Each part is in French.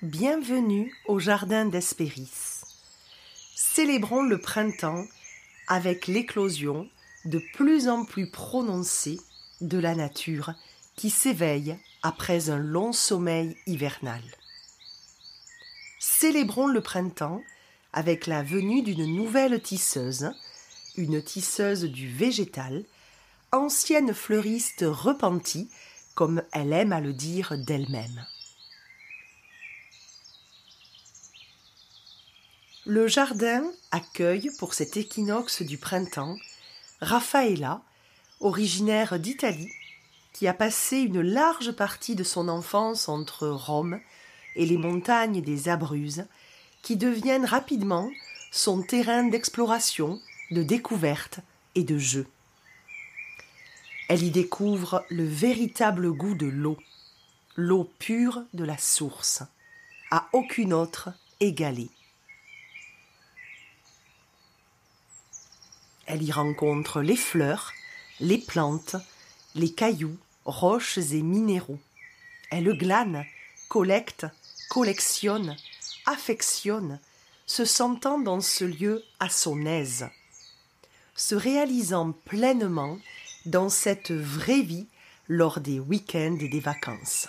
Bienvenue au jardin d'Hespéris. Célébrons le printemps avec l'éclosion de plus en plus prononcée de la nature qui s'éveille après un long sommeil hivernal. Célébrons le printemps avec la venue d'une nouvelle tisseuse, une tisseuse du végétal, ancienne fleuriste repentie, comme elle aime à le dire d'elle-même. Le jardin accueille pour cet équinoxe du printemps Raffaella, originaire d'Italie, qui a passé une large partie de son enfance entre Rome et les montagnes des Abruzzes, qui deviennent rapidement son terrain d'exploration, de découverte et de jeu. Elle y découvre le véritable goût de l'eau pure de la source, à aucune autre égalée. Elle y rencontre les fleurs, les plantes, les cailloux, roches et minéraux. Elle glane, collecte, collectionne, affectionne, se sentant dans ce lieu à son aise, se réalisant pleinement dans cette vraie vie lors des week-ends et des vacances.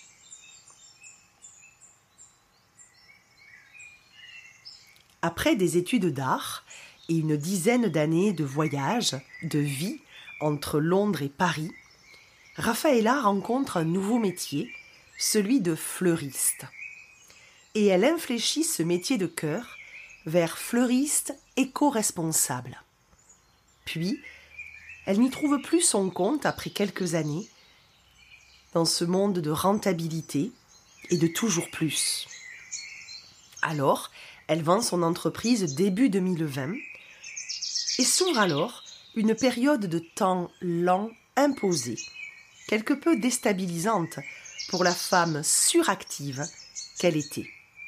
Après des études d'art et une dizaine d'années de voyage, de vie entre Londres et Paris, Raffaella rencontre un nouveau métier, celui de fleuriste. Et elle infléchit ce métier de cœur vers fleuriste éco-responsable. Puis, elle n'y trouve plus son compte après quelques années dans ce monde de rentabilité et de toujours plus. Alors, elle vend son entreprise début 2020 et s'ouvre alors une période de temps lent imposée, quelque peu déstabilisante pour la femme suractive qu'elle était.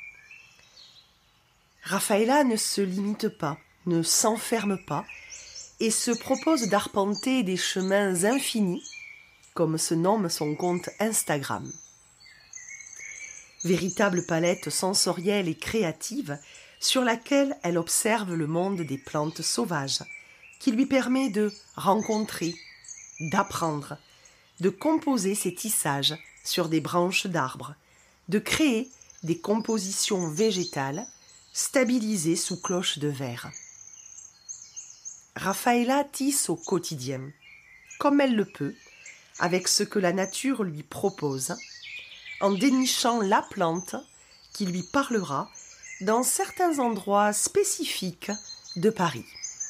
Raffaella ne se limite pas, ne s'enferme pas et se propose d'arpenter des chemins infinis, comme se nomme son compte Instagram. Véritable palette sensorielle et créative sur laquelle elle observe le monde des plantes sauvages, qui lui permet de rencontrer, d'apprendre, de composer ses tissages sur des branches d'arbres, de créer des compositions végétales stabilisées sous cloche de verre. Raffaella tisse au quotidien, comme elle le peut, avec ce que la nature lui propose, en dénichant la plante qui lui parlera dans certains endroits spécifiques de Paris.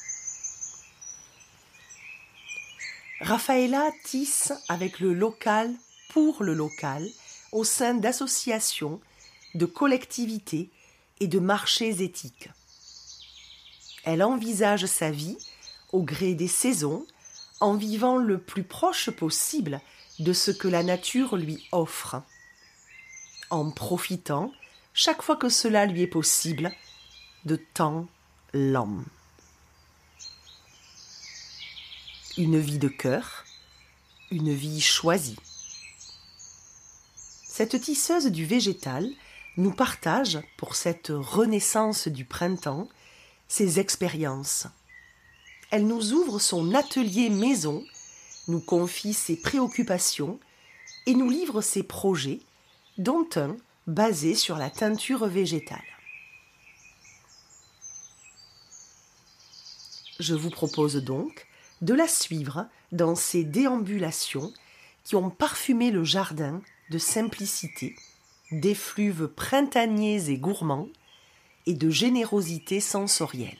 Raffaella tisse avec le local pour le local au sein d'associations, de collectivités et de marchés éthiques. Elle envisage sa vie au gré des saisons, en vivant le plus proche possible de ce que la nature lui offre, en profitant, chaque fois que cela lui est possible, de temps lents. Une vie de cœur, une vie choisie. Cette tisseuse du végétal nous partage, pour cette renaissance du printemps, ses expériences. Elle nous ouvre son atelier maison, nous confie ses préoccupations et nous livre ses projets, dont un basé sur la teinture végétale. Je vous propose donc de la suivre dans ses déambulations qui ont parfumé le jardin de simplicité, d'effluves printaniers et gourmands et de générosité sensorielle.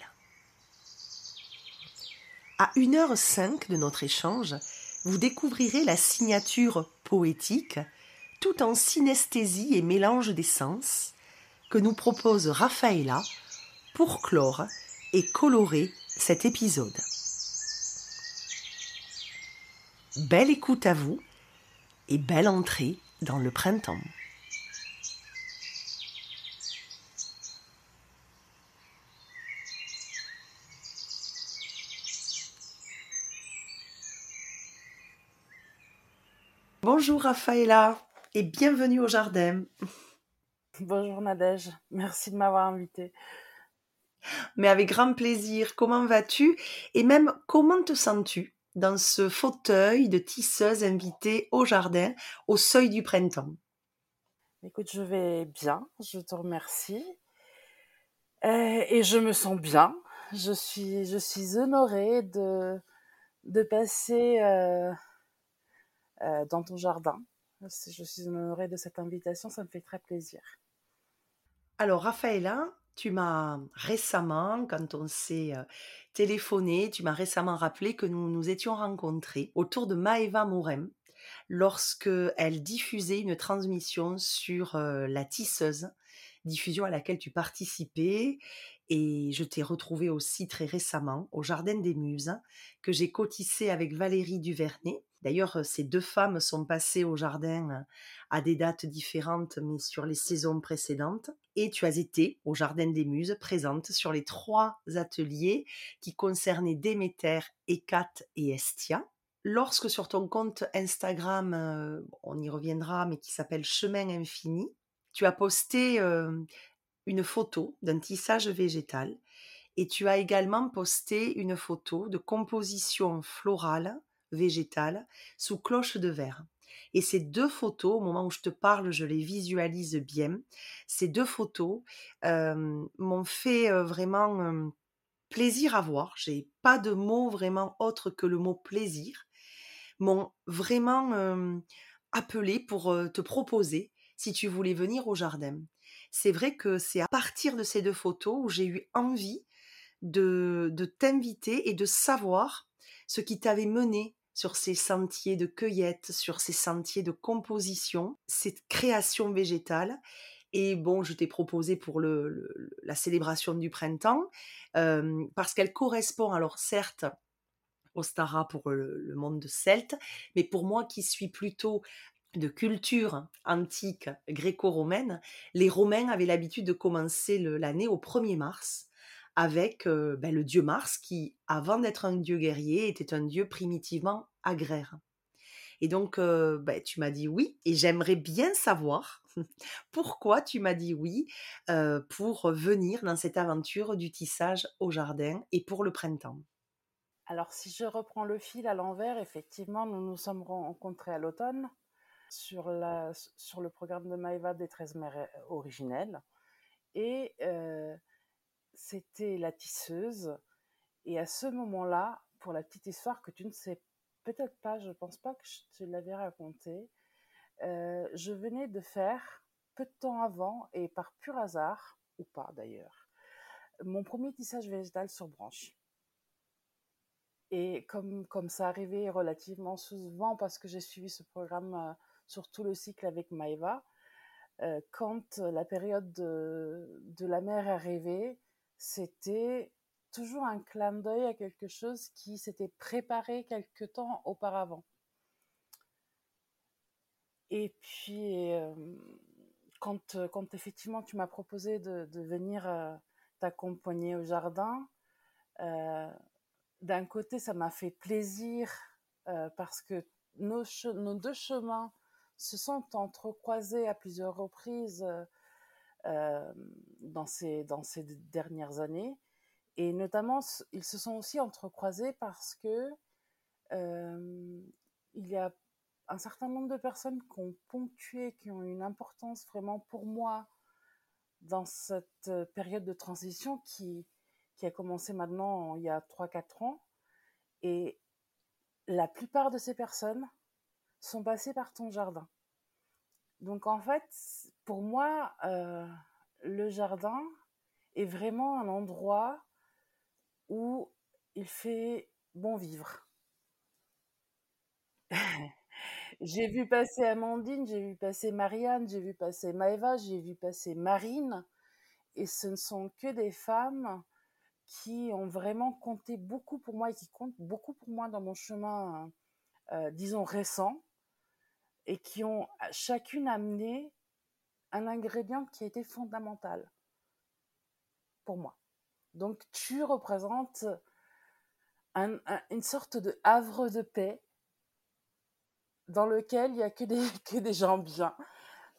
À 1h05 de notre échange, vous découvrirez la signature poétique, tout en synesthésie et mélange des sens, que nous propose Raffaella pour clore et colorer cet épisode. Belle écoute à vous et belle entrée dans le printemps. Bonjour Raffaella et bienvenue au jardin. Bonjour Nadège, merci de m'avoir invitée. Mais avec grand plaisir. Comment vas-tu? Et même, comment te sens-tu dans ce fauteuil de tisseuse invitée au jardin, au seuil du printemps? Écoute, je vais bien, je te remercie. Et je me sens bien. Je suis honorée de passer dans ton jardin. Je suis honorée de cette invitation, ça me fait très plaisir. Alors, Raphaëla, tu m'as récemment, quand on s'est téléphoné, tu m'as récemment rappelé que nous nous étions rencontrés autour de Maëva Morem lorsque elle diffusait une transmission sur la tisseuse, diffusion à laquelle tu participais. Et je t'ai retrouvée aussi très récemment au Jardin des Muses, que j'ai cotissé avec Valérie Duvernay. D'ailleurs, ces deux femmes sont passées au jardin à des dates différentes, mais sur les saisons précédentes. Et tu as été au Jardin des Muses, présente sur les 3 ateliers qui concernaient Déméter, Hécate et Hestia. Lorsque sur ton compte Instagram, on y reviendra, mais qui s'appelle Chemin Infini, tu as posté une photo d'un tissage végétal et tu as également posté une photo de composition florale végétale sous cloche de verre. Et ces deux photos, au moment où je te parle, je les visualise bien. Ces deux photos m'ont fait vraiment plaisir à voir. J'ai pas de mot vraiment autre que le mot plaisir. M'ont vraiment appelé pour te proposer si tu voulais venir au jardin. C'est vrai que c'est à partir de ces deux photos où j'ai eu envie de t'inviter et de savoir ce qui t'avait mené sur ces sentiers de cueillette, sur ces sentiers de composition, cette création végétale. Et bon, je t'ai proposé pour la célébration du printemps, parce qu'elle correspond, alors certes, Ostara pour le monde celte, mais pour moi qui suis plutôt de culture antique gréco-romaine, les Romains avaient l'habitude de commencer l'année au 1er mars avec le dieu Mars qui, avant d'être un dieu guerrier, était un dieu primitivement agraire. Et donc, tu m'as dit oui, et j'aimerais bien savoir pourquoi tu m'as dit oui pour venir dans cette aventure du tissage au jardin et pour le printemps. Alors si je reprends le fil à l'envers, effectivement, nous nous sommes rencontrés à l'automne sur le programme de Maëva des 13 mères originelles. Et c'était la tisseuse. Et à ce moment-là, pour la petite histoire que tu ne sais peut-être pas, je ne pense pas que je te l'avais raconté, je venais de faire, peu de temps avant, et par pur hasard, ou pas d'ailleurs, mon premier tissage végétal sur branche. Et comme ça arrivait relativement souvent, parce que j'ai suivi ce programme sur tout le cycle avec Maëva, quand la période de la mer arrivait, c'était toujours un clin d'œil à quelque chose qui s'était préparé quelque temps auparavant. Et puis, quand effectivement tu m'as proposé de venir t'accompagner au jardin, euh, d'un côté, ça m'a fait plaisir parce que nos deux chemins se sont entrecroisés à plusieurs reprises euh, dans ces dernières années. Et notamment, ils se sont aussi entrecroisés parce que il y a un certain nombre de personnes qui ont ponctué, qui ont une importance vraiment pour moi dans cette période de transition qui a commencé maintenant il y a 3 4 ans. Et la plupart de ces personnes sont passées par ton jardin. Donc en fait, pour moi, le jardin est vraiment un endroit où il fait bon vivre. J'ai vu passer Amandine, j'ai vu passer Marianne, j'ai vu passer Maëva, j'ai vu passer Marine, et ce ne sont que des femmes qui ont vraiment compté beaucoup pour moi et qui comptent beaucoup pour moi dans mon chemin, disons, récent, et qui ont chacune amené un ingrédient qui a été fondamental pour moi. Donc tu représentes une sorte de havre de paix dans lequel il n'y a que des gens bien.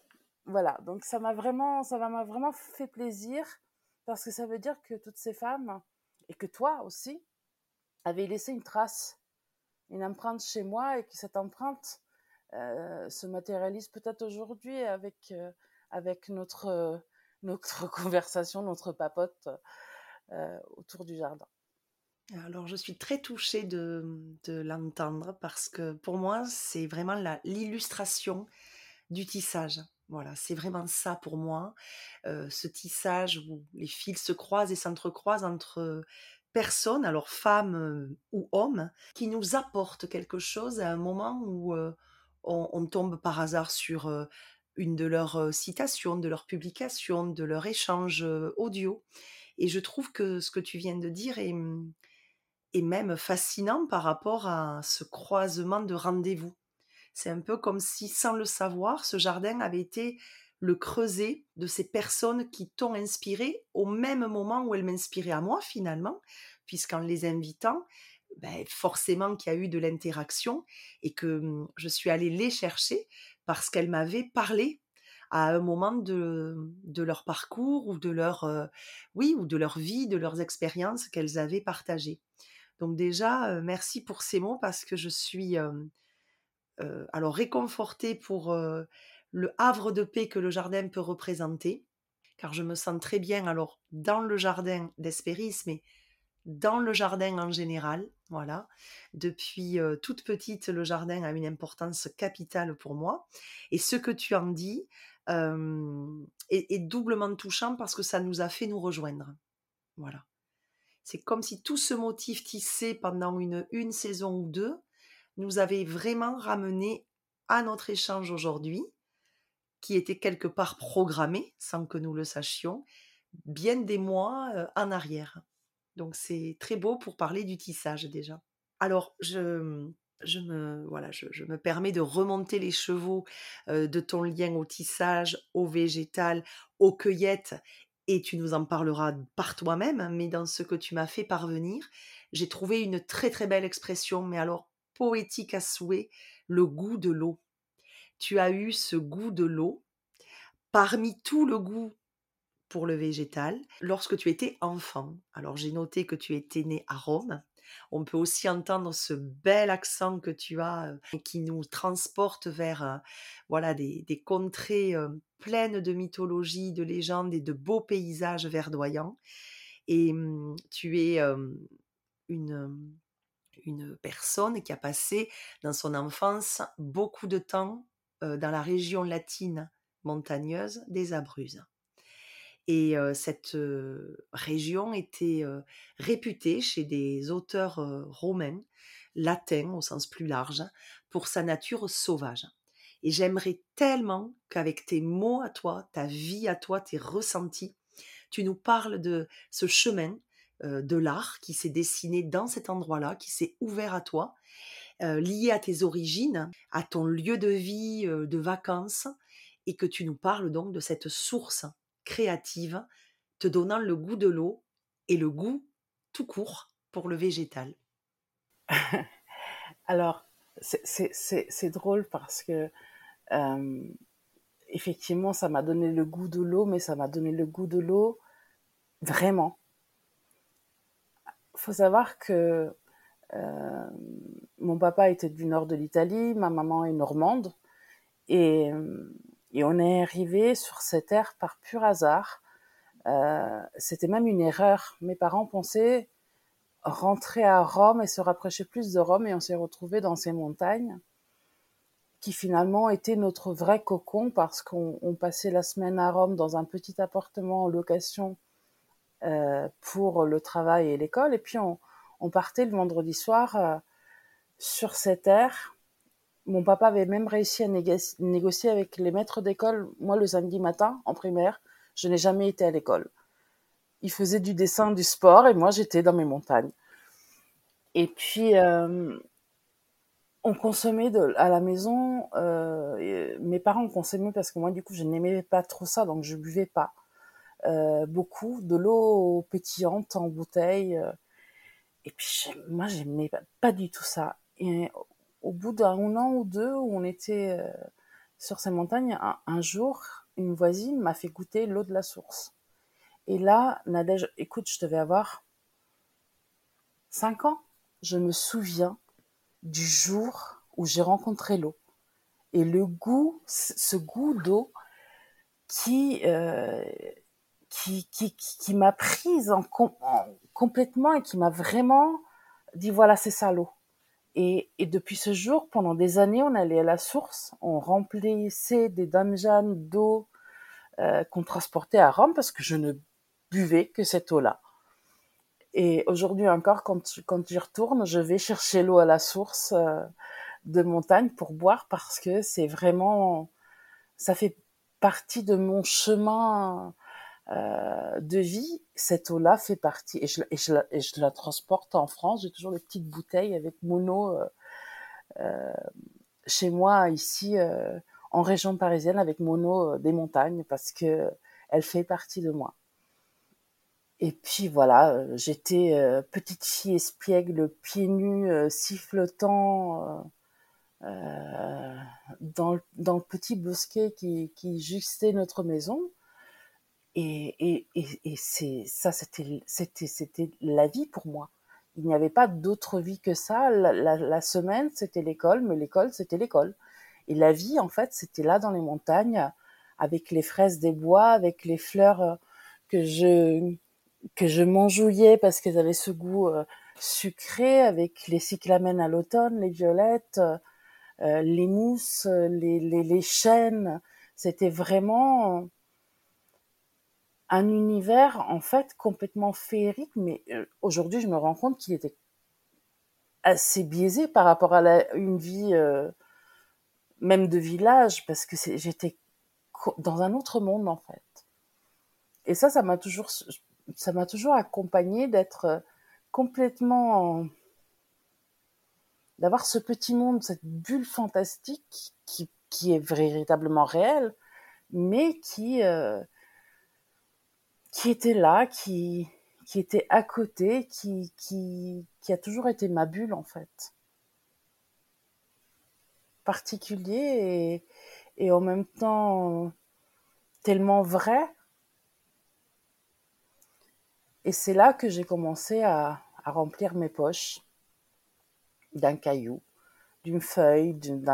Voilà, donc ça m'a vraiment fait plaisir parce que ça veut dire que toutes ces femmes et que toi aussi avez laissé une trace, une empreinte chez moi et que cette empreinte se matérialise peut-être aujourd'hui avec notre conversation, notre papote autour du jardin. Alors, je suis très touchée de l'entendre parce que pour moi, c'est vraiment l'illustration du tissage. Voilà, c'est vraiment ça pour moi, ce tissage où les fils se croisent et s'entrecroisent entre personnes, alors femmes ou hommes, qui nous apportent quelque chose à un moment où on tombe par hasard sur une de leurs citations, de leurs publications, de leur échange audio. Et je trouve que ce que tu viens de dire est même fascinant par rapport à ce croisement de rendez-vous. C'est un peu comme si, sans le savoir, ce jardin avait été le creuset de ces personnes qui t'ont inspiré au même moment où elles m'inspiraient à moi, finalement, puisqu'en les invitant, ben, forcément qu'il y a eu de l'interaction et que je suis allée les chercher parce qu'elles m'avaient parlé à un moment de leur parcours ou de leur, oui, ou de leur vie, de leurs expériences qu'elles avaient partagées. Donc déjà, merci pour ces mots parce que je suis alors réconfortée pour le havre de paix que le jardin peut représenter, car je me sens très bien alors dans le jardin d'Hespéris, mais dans le jardin en général. Voilà. Depuis toute petite, le jardin a une importance capitale pour moi. Et ce que tu en dis est doublement touchant parce que ça nous a fait nous rejoindre. Voilà. C'est comme si tout ce motif tissé pendant une saison ou deux nous avait vraiment ramené à notre échange aujourd'hui, qui était quelque part programmé, sans que nous le sachions, bien des mois en arrière. Donc c'est très beau pour parler du tissage déjà. Alors je me permets de remonter les chevaux de ton lien au tissage, au végétal, aux cueillettes, et tu nous en parleras par toi-même, hein, mais dans ce que tu m'as fait parvenir, j'ai trouvé une très très belle expression, mais alors poétique à souhait, le goût de l'eau. Tu as eu ce goût de l'eau parmi tout le goût pour le végétal lorsque tu étais enfant. Alors j'ai noté que tu étais né à Rome. On peut aussi entendre ce bel accent que tu as qui nous transporte vers voilà des contrées pleines de mythologie, de légendes et de beaux paysages verdoyants. Et tu es une, une personne qui a passé dans son enfance beaucoup de temps dans la région latine montagneuse des Abruzzes. Et cette région était réputée chez des auteurs romains, latins au sens plus large, pour sa nature sauvage. Et j'aimerais tellement qu'avec tes mots à toi, ta vie à toi, tes ressentis, tu nous parles de ce chemin de l'art qui s'est dessiné dans cet endroit-là, qui s'est ouvert à toi, lié à tes origines, à ton lieu de vie, de vacances, et que tu nous parles donc de cette source créative te donnant le goût de l'eau et le goût tout court pour le végétal. Alors, c'est drôle parce que euh, effectivement, ça m'a donné le goût de l'eau, mais ça m'a donné le goût de l'eau vraiment. Faut savoir que euh, mon papa était du nord de l'Italie, ma maman est normande, et, et on est arrivé sur cette terre par pur hasard. C'était même une erreur. Mes parents pensaient rentrer à Rome et se rapprocher plus de Rome, et on s'est retrouvé dans ces montagnes qui finalement était notre vrai cocon parce qu'on passait la semaine à Rome dans un petit appartement en location pour le travail et l'école, et puis on partait le vendredi soir sur ces terres. Mon papa avait même réussi à négocier avec les maîtres d'école. Moi, le samedi matin, en primaire, je n'ai jamais été à l'école. Il faisait du dessin, du sport, et moi, j'étais dans mes montagnes. Et puis, on consommait à la maison. Mes parents consommaient parce que moi, du coup, je n'aimais pas trop ça, donc je buvais pas beaucoup de l'eau pétillante en bouteille. Et puis, moi, j'aimais pas du tout ça. Et au bout d'un an ou deux où on était sur ces montagnes, un jour, une voisine m'a fait goûter l'eau de la source. Et là, Nadège, écoute, je devais avoir 5 ans. Je me souviens du jour où j'ai rencontré l'eau. Et le goût, ce goût d'eau qui, euh, qui m'a prise complètement et qui m'a vraiment dit voilà, c'est ça l'eau. Et depuis ce jour, pendant des années, on allait à la source, on remplissait des damjanes d'eau qu'on transportait à Rome parce que je ne buvais que cette eau-là. Et aujourd'hui encore, quand j'y retourne, je vais chercher l'eau à la source de montagne pour boire parce que c'est vraiment, ça fait partie de mon chemin de vie. Cette eau-là fait partie, et je la transporte en France. J'ai toujours des petites bouteilles avec mon eau chez moi ici en région parisienne avec mon eau des montagnes parce que elle fait partie de moi. Et puis voilà, j'étais petite fille espiègle, pieds nus, sifflotant dans le petit bosquet qui justait notre maison. Et ça, c'était la vie pour moi. Il n'y avait pas d'autre vie que ça. La semaine, c'était l'école, mais l'école, c'était l'école. Et la vie, en fait, c'était là dans les montagnes, avec les fraises des bois, avec les fleurs que je que je m'enjouillais parce qu'elles avaient ce goût sucré, avec les cyclamènes à l'automne, les violettes, les mousses, les chênes. C'était vraiment un univers en fait complètement féerique, mais aujourd'hui je me rends compte qu'il était assez biaisé par rapport à une vie même de village, parce que j'étais dans un autre monde en fait. Et ça m'a toujours accompagné d'être complètement, d'avoir ce petit monde, cette bulle fantastique qui est véritablement réelle, mais qui était là, qui était à côté, qui a toujours été ma bulle en fait. Particulier et en même temps tellement vrai. Et c'est là que j'ai commencé à remplir mes poches d'un caillou, d'une feuille,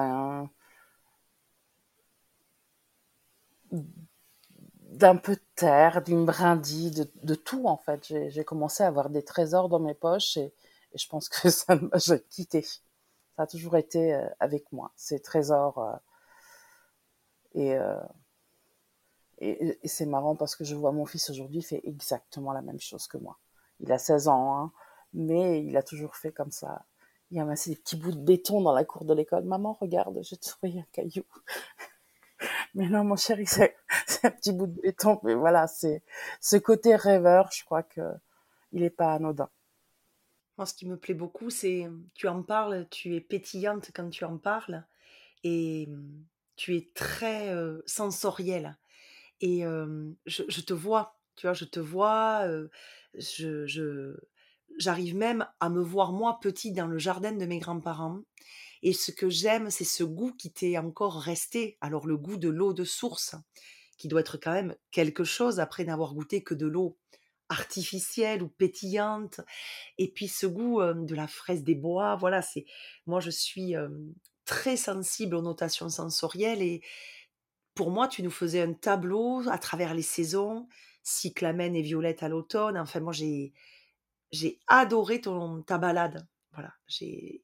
d'un peu de terre, d'une brindille, de tout en fait. J'ai commencé à avoir des trésors dans mes poches et je pense que ça ne m'a jamais quitté. Ça a toujours été avec moi, ces trésors. Et, euh, et c'est marrant parce que je vois mon fils aujourd'hui, il fait exactement la même chose que moi. Il a 16 ans, hein, mais il a toujours fait comme ça. Il a amassé des petits bouts de béton dans la cour de l'école. Maman, regarde, j'ai trouvé un caillou. Mais non, mon chéri, c'est un petit bout de béton. Mais voilà, c'est ce côté rêveur, je crois que il est pas anodin. Moi, ce qui me plaît beaucoup, c'est tu en parles, tu es pétillante quand tu en parles et tu es très sensorielle. Et je te vois, tu vois, je te vois, je j'arrive même à me voir moi petite dans le jardin de mes grands-parents et ce que j'aime, c'est ce goût qui t'est encore resté. Alors le goût de l'eau de source, qui doit être quand même quelque chose après n'avoir goûté que de l'eau artificielle ou pétillante et puis ce goût, de la fraise des bois, voilà, c'est moi je suis, très sensible aux notations sensorielles et pour moi, tu nous faisais un tableau à travers les saisons, cyclamen et violette à l'automne. Enfin, moi, j'ai adoré ta balade. Voilà, j'ai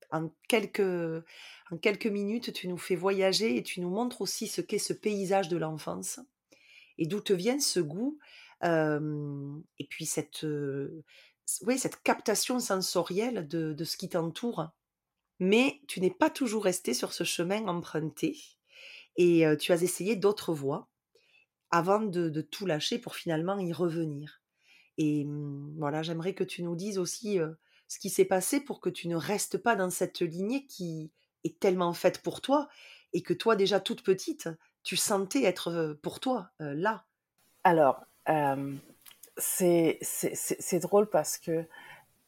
en quelques minutes, tu nous fais voyager et tu nous montres aussi ce qu'est ce paysage de l'enfance et d'où te vient ce goût, et puis oui, cette captation sensorielle de ce qui t'entoure. Mais tu n'es pas toujours resté sur ce chemin emprunté et tu as essayé d'autres voies avant de tout lâcher pour finalement y revenir. Et voilà, j'aimerais que tu nous dises aussi, ce qui s'est passé pour que tu ne restes pas dans cette lignée qui est tellement faite pour toi et que toi, déjà toute petite, tu sentais être, pour toi, là. Alors, c'est drôle parce que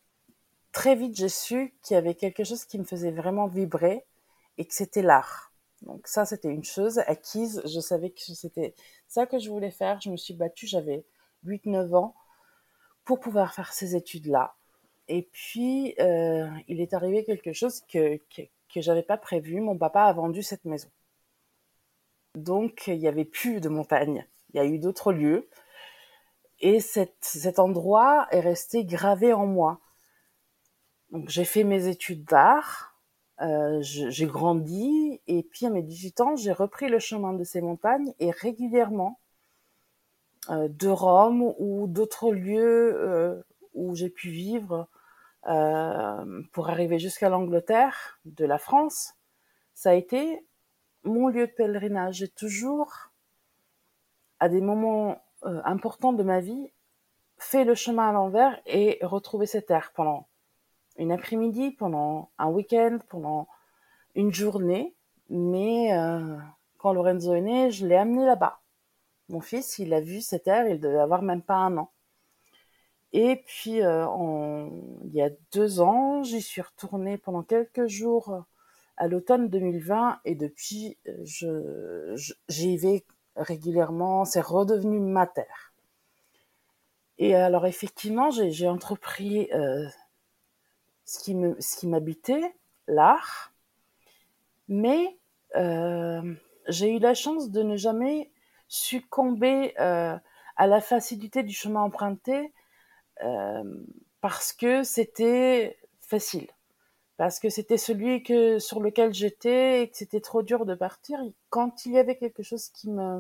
très vite j'ai su qu'il y avait quelque chose qui me faisait vraiment vibrer et que c'était l'art. Donc ça, c'était une chose acquise. Je savais que c'était ça que je voulais faire. Je me suis battue, j'avais 8-9 ans, pour pouvoir faire ces études-là. Et puis, il est arrivé quelque chose que j'avais pas prévu. Mon papa a vendu cette maison. Donc, il n'y avait plus de montagne. Il y a eu d'autres lieux. Et cet endroit est resté gravé en moi. Donc, j'ai fait mes études d'art. J'ai grandi. Et puis, à mes 18 ans, j'ai repris le chemin de ces montagnes. Et régulièrement, de Rome ou d'autres lieux où j'ai pu vivre, pour arriver jusqu'à l'Angleterre, de la France, ça a été mon lieu de pèlerinage. J'ai toujours, à des moments importants de ma vie, fait le chemin à l'envers et retrouvé cette terre pendant une après-midi, pendant un week-end, pendant une journée. Mais quand Lorenzo est né, je l'ai amené là-bas. Mon fils, il a vu cette terre, il devait avoir même pas 1 an. Et puis, il y a 2 ans, j'y suis retournée pendant quelques jours à l'automne 2020 et depuis, j'y vais régulièrement. C'est redevenu ma terre. Et alors, effectivement, j'ai entrepris ce qui m'habitait, l'art, mais j'ai eu la chance de ne jamais succomber à la facilité du chemin emprunté, euh, parce que c'était facile, parce que c'était celui sur lequel j'étais et que c'était trop dur de partir. Quand il y avait quelque chose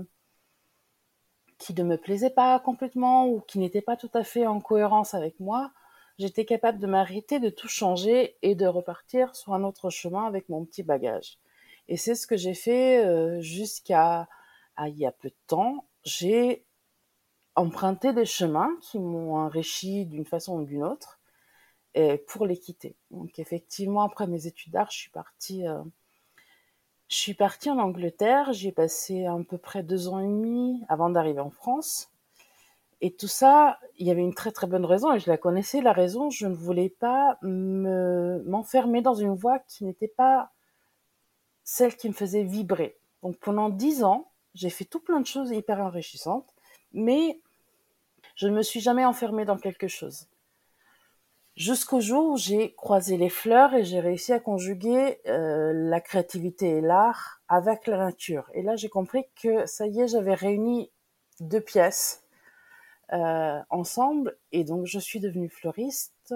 qui ne me plaisait pas complètement ou qui n'était pas tout à fait en cohérence avec moi, j'étais capable de m'arrêter, de tout changer et de repartir sur un autre chemin avec mon petit bagage. Et c'est ce que j'ai fait jusqu'à il y a peu de temps. J'ai emprunté des chemins qui m'ont enrichi d'une façon ou d'une autre et pour les quitter. Donc effectivement, après mes études d'art, je suis partie en Angleterre. J'y ai passé à peu près 2 ans et demi avant d'arriver en France. Et tout ça, il y avait une très très bonne raison et je la connaissais. La raison, je ne voulais pas m'enfermer dans une voie qui n'était pas celle qui me faisait vibrer. Donc pendant 10 ans, j'ai fait tout plein de choses hyper enrichissantes, mais je ne me suis jamais enfermée dans quelque chose. Jusqu'au jour où j'ai croisé les fleurs et j'ai réussi à conjuguer la créativité et l'art avec la nature. Et là, j'ai compris que ça y est, j'avais réuni 2 pièces ensemble. Et donc, je suis devenue fleuriste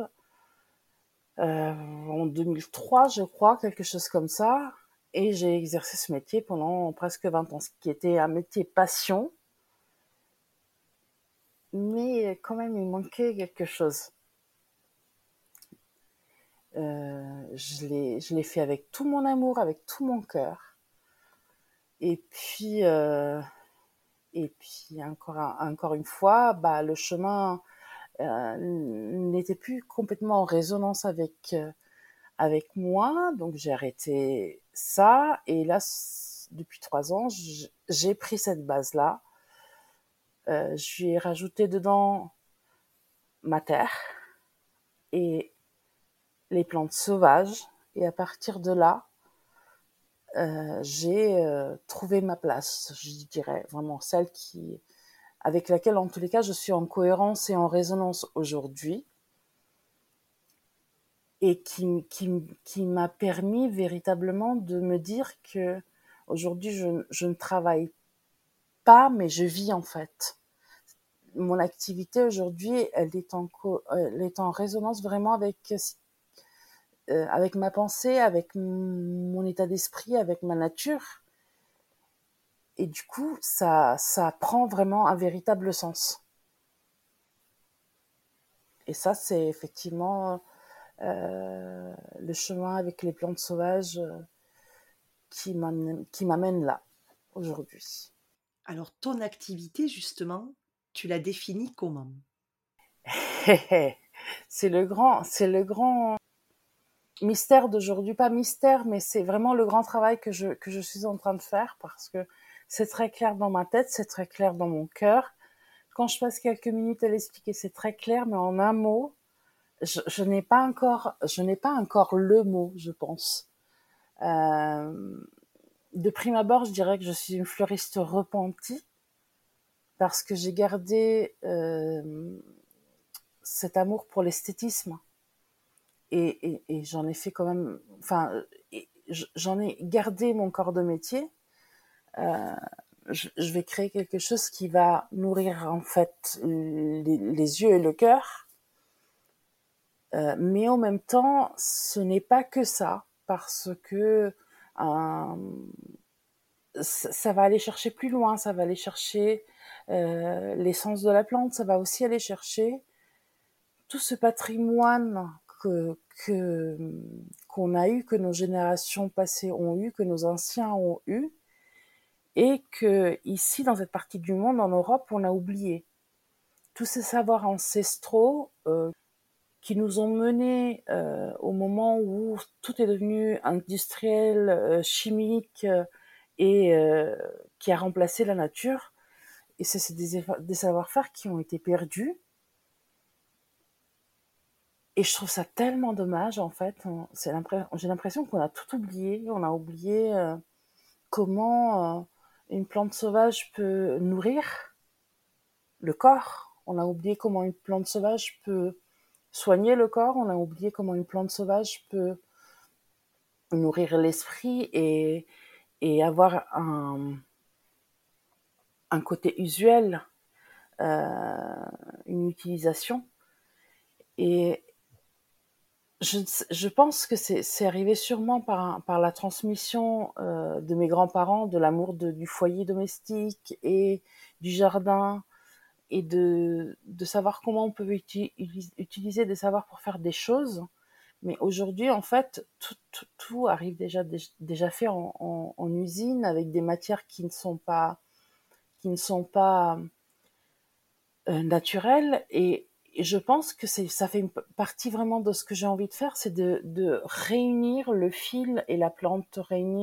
en 2003, je crois, quelque chose comme ça. Et j'ai exercé ce métier pendant presque 20 ans, ce qui était un métier passion. Mais quand même, il manquait quelque chose. Je l'ai fait avec tout mon amour, avec tout mon cœur. Et puis, encore une fois, bah, le chemin n'était plus complètement en résonance avec moi. Donc, j'ai arrêté ça. Et là, depuis 3 ans, j'ai pris cette base-là. Je lui ai rajouté dedans ma terre et les plantes sauvages. Et à partir de là, j'ai trouvé ma place, je dirais, vraiment celle avec laquelle, en tous les cas, je suis en cohérence et en résonance aujourd'hui, et qui m'a permis véritablement de me dire que aujourd'hui, je ne travaille pas, mais je vis en fait. Mon activité aujourd'hui, elle est en résonance vraiment avec ma pensée, avec mon état d'esprit, avec ma nature. Et du coup, ça prend vraiment un véritable sens. Et ça, c'est effectivement le chemin avec les plantes sauvages qui m'amène là, aujourd'hui. Alors, ton activité, justement, tu la définis comment? C'est le grand mystère d'aujourd'hui. Pas mystère, mais c'est vraiment le grand travail que je suis en train de faire, parce que c'est très clair dans ma tête, c'est très clair dans mon cœur. Quand je passe quelques minutes à l'expliquer, c'est très clair, mais en un mot, je n'ai pas encore le mot, je pense. Euh, De prime abord, je dirais que je suis une fleuriste repentie parce que j'ai gardé cet amour pour l'esthétisme et j'en ai fait quand même, enfin, j'en ai gardé mon corps de métier. Je vais créer quelque chose qui va nourrir en fait les yeux et le cœur, mais en même temps, ce n'est pas que ça, parce que ça va aller chercher plus loin, ça va aller chercher l'essence de la plante, ça va aussi aller chercher tout ce patrimoine que qu'on a eu, que nos générations passées ont eu, que nos anciens ont eu, et que ici, dans cette partie du monde, en Europe, on a oublié. Tous ces savoirs ancestraux qui nous ont menés au moment où tout est devenu industriel, chimique, et qui a remplacé la nature. Et c'est des savoir-faire qui ont été perdus. Et je trouve ça tellement dommage, en fait. J'ai l'impression qu'on a tout oublié. On a oublié comment une plante sauvage peut nourrir le corps. On a oublié comment une plante sauvage peut soigner le corps. On a oublié comment une plante sauvage peut nourrir l'esprit et avoir un côté usuel, une utilisation. Et je pense que c'est arrivé sûrement par la transmission de mes grands-parents, de l'amour du foyer domestique et du jardin, et de savoir comment on peut utiliser des savoirs pour faire des choses. Mais aujourd'hui, en fait, tout arrive déjà fait en usine avec des matières qui ne sont pas naturelles. Et je pense que ça fait une partie vraiment de ce que j'ai envie de faire, c'est de réunir le fil et la plante,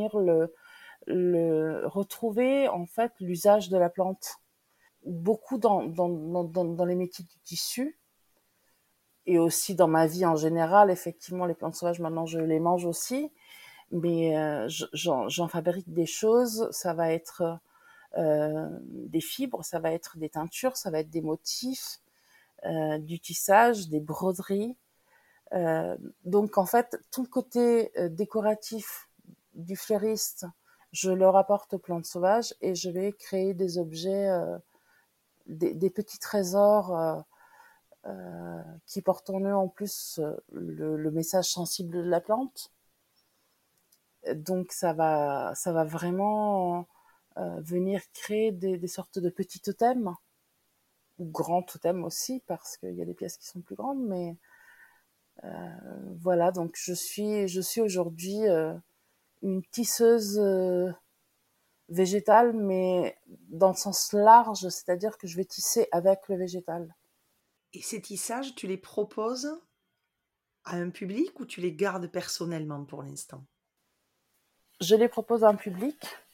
retrouver en fait l'usage de la plante. Beaucoup dans les métiers du tissu, et aussi dans ma vie en général, effectivement, les plantes sauvages, maintenant, je les mange aussi. Mais j'en fabrique des choses. Ça va être des fibres, ça va être des teintures, ça va être des motifs, du tissage, des broderies. Euh, donc, en fait, tout le côté décoratif du fleuriste, je le rapporte aux plantes sauvages et je vais créer des objets, des petits trésors qui portent en eux en plus le message sensible de la plante. Donc ça va vraiment venir créer des sortes de petits totems, ou grands totems aussi, parce qu'il y a des pièces qui sont plus grandes, mais voilà, donc je suis aujourd'hui une tisseuse végétale, mais dans le sens large, c'est-à-dire que je vais tisser avec le végétal. Et ces tissages, tu les proposes à un public ou tu les gardes personnellement pour l'instant? Je les propose à un public,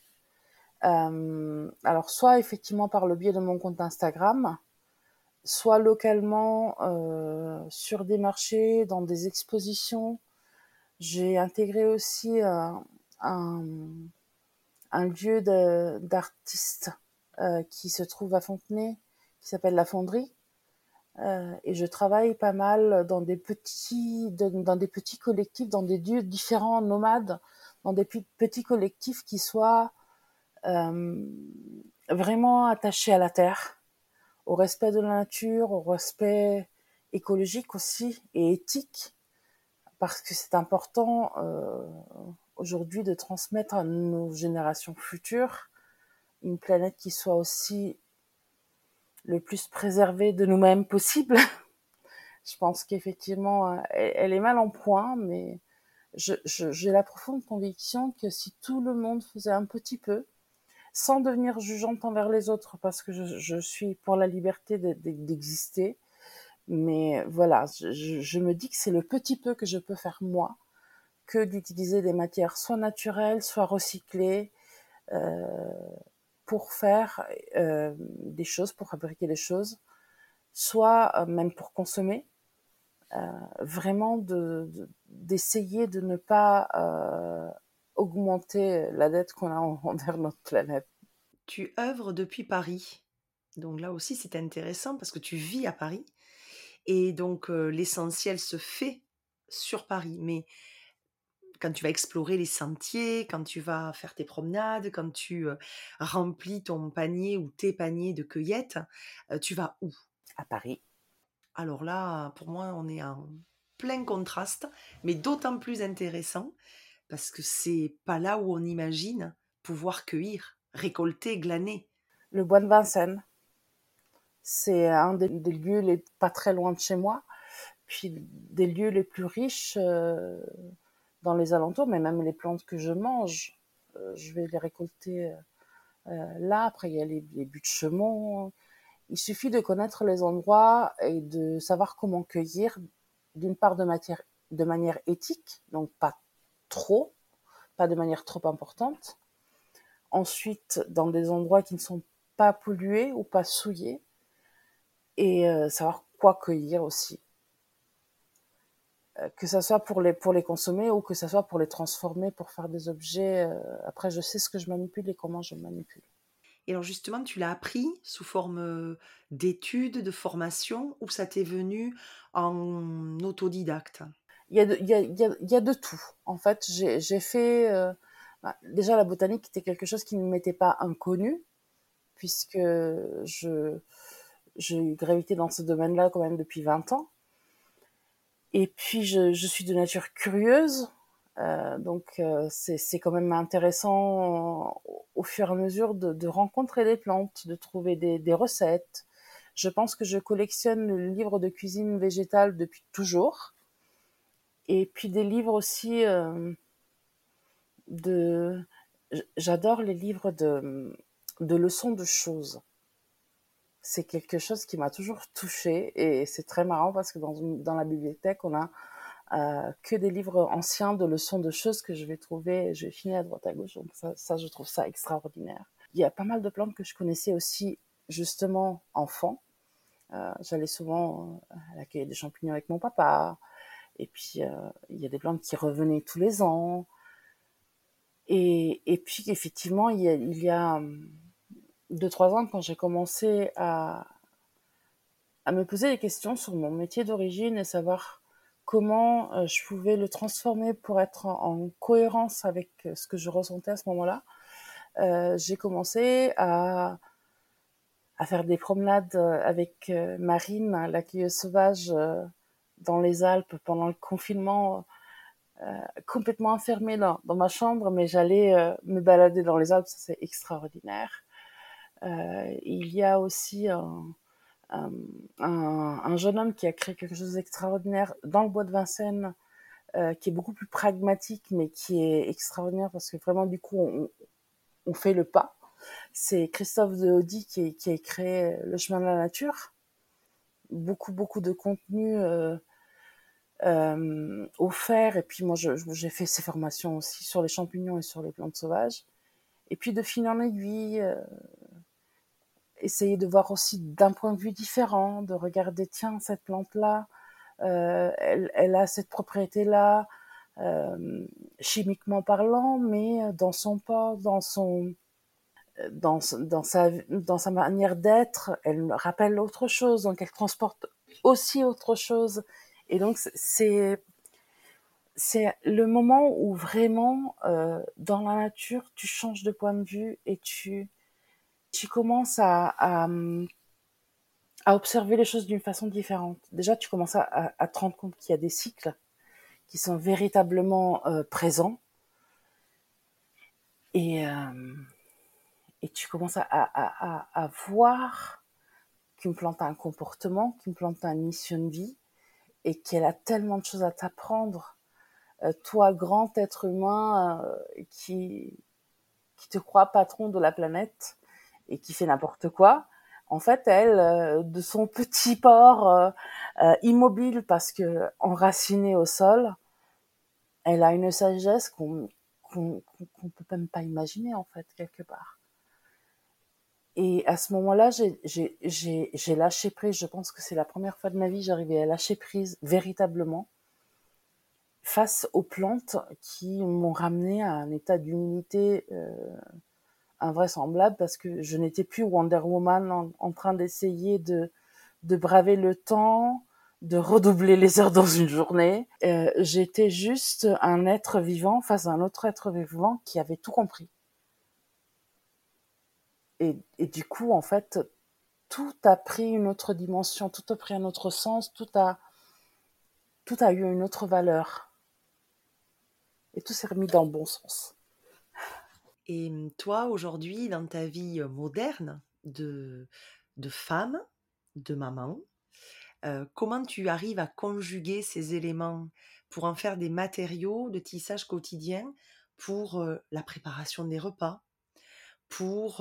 alors soit effectivement par le biais de mon compte Instagram, soit localement sur des marchés, dans des expositions. J'ai intégré aussi un, un lieu d'artistes qui se trouve à Fontenay, qui s'appelle La Fonderie. Et je travaille pas mal dans des petits collectifs, dans des lieux différents, nomades, dans des petits collectifs qui soient euh, vraiment attachés à la terre, au respect de la nature, au respect écologique aussi et éthique, parce que c'est important aujourd'hui de transmettre à nos générations futures une planète qui soit aussi le plus préservée de nous-mêmes possible. Je pense qu'effectivement, elle est mal en point, mais j'ai la profonde conviction que si tout le monde faisait un petit peu, sans devenir jugeante envers les autres, parce que je suis pour la liberté d'exister, mais voilà, je me dis que c'est le petit peu que je peux faire moi, que d'utiliser des matières soit naturelles, soit recyclées, euh, pour faire des choses, pour fabriquer des choses, soit même pour consommer. Vraiment d'essayer de ne pas augmenter la dette qu'on a envers notre planète. Tu œuvres depuis Paris. Donc là aussi, c'est intéressant parce que tu vis à Paris et donc l'essentiel se fait sur Paris. Mais quand tu vas explorer les sentiers, quand tu vas faire tes promenades, quand tu, remplis ton panier ou tes paniers de cueillettes, tu vas où? À Paris. Alors là, pour moi, on est en plein contraste, mais d'autant plus intéressant parce que c'est pas là où on imagine pouvoir cueillir, récolter, glaner. Le bois de Vincennes, c'est un des lieux pas très loin de chez moi, puis des lieux les plus riches dans les alentours, mais même les plantes que je mange, je vais les récolter là. Après, il y a les buttes de Chaumont. Il suffit de connaître les endroits et de savoir comment cueillir, d'une part de manière éthique, donc pas de manière trop importante. Ensuite, dans des endroits qui ne sont pas pollués ou pas souillés, et savoir quoi cueillir aussi. Que ça soit pour les consommer ou que ça soit pour les transformer, pour faire des objets. Après, je sais ce que je manipule et comment je manipule. Et alors justement, tu l'as appris sous forme, d'études, de formation ou ça t'est venu en autodidacte? Il y a de tout. En fait, j'ai fait... déjà, la botanique était quelque chose qui ne m'était pas inconnu, puisque je, j'ai gravité dans ce domaine-là quand même depuis 20 ans. Et puis, je suis de nature curieuse. Donc, c'est quand même intéressant au fur et à mesure de rencontrer des plantes, de trouver des recettes. Je pense que je collectionne le livre de cuisine végétale depuis toujours. Et puis des livres aussi de... J'adore les livres de leçons de choses. C'est quelque chose qui m'a toujours touchée et c'est très marrant parce que dans la bibliothèque, on a que des livres anciens de leçons de choses que je vais trouver, je vais finir à droite à gauche. Donc ça, je trouve ça extraordinaire. Il y a pas mal de plantes que je connaissais aussi justement enfant. J'allais souvent à la cueillette des champignons avec mon papa. Et puis, il y a des plantes qui revenaient tous les ans. Et puis, effectivement, il y a 2-3 ans, quand j'ai commencé à me poser des questions sur mon métier d'origine et savoir comment je pouvais le transformer pour être en cohérence avec ce que je ressentais à ce moment-là, j'ai commencé à faire des promenades avec Marine, la cueilleuse sauvage, dans les Alpes pendant le confinement, complètement enfermée dans ma chambre, mais j'allais me balader dans les Alpes, ça c'est extraordinaire. Il y a aussi un, un jeune homme qui a créé quelque chose d'extraordinaire dans le bois de Vincennes, qui est beaucoup plus pragmatique, mais qui est extraordinaire parce que vraiment, du coup, on fait le pas. C'est Christophe de Haudy qui a créé Le Chemin de la Nature. Beaucoup de contenu offert. Et puis moi, j'ai fait ces formations aussi sur les champignons et sur les plantes sauvages. Et puis de fil en aiguille, essayer de voir aussi d'un point de vue différent, de regarder, tiens, cette plante-là, elle a cette propriété-là, chimiquement parlant, mais dans son pot, dans sa manière d'être, elle rappelle autre chose, donc elle transporte aussi autre chose. Et donc c'est le moment où vraiment, dans la nature, tu changes de point de vue et tu commences à observer les choses d'une façon différente. Déjà, tu commences à te rendre compte qu'il y a des cycles qui sont véritablement présents et, euh, et tu commences à voir qu'une plante a un comportement, qu'une plante a une mission de vie et qu'elle a tellement de choses à t'apprendre. Toi, grand être humain qui te croit patron de la planète et qui fait n'importe quoi, en fait, elle, de son petit port immobile parce que enracinée au sol, elle a une sagesse qu'on peut même pas imaginer en fait quelque part. Et à ce moment-là, j'ai lâché prise. Je pense que c'est la première fois de ma vie que j'arrivais à lâcher prise véritablement face aux plantes qui m'ont ramené à un état d'humilité invraisemblable, parce que je n'étais plus Wonder Woman en train d'essayer de braver le temps, de redoubler les heures dans une journée. J'étais juste un être vivant face à un autre être vivant qui avait tout compris. Et du coup, en fait, tout a pris une autre dimension, tout a pris un autre sens, tout a eu une autre valeur. Et tout s'est remis dans le bon sens. Et toi, aujourd'hui, dans ta vie moderne de femme, de maman, comment tu arrives à conjuguer ces éléments pour en faire des matériaux de tissage quotidien pour la préparation des repas, pour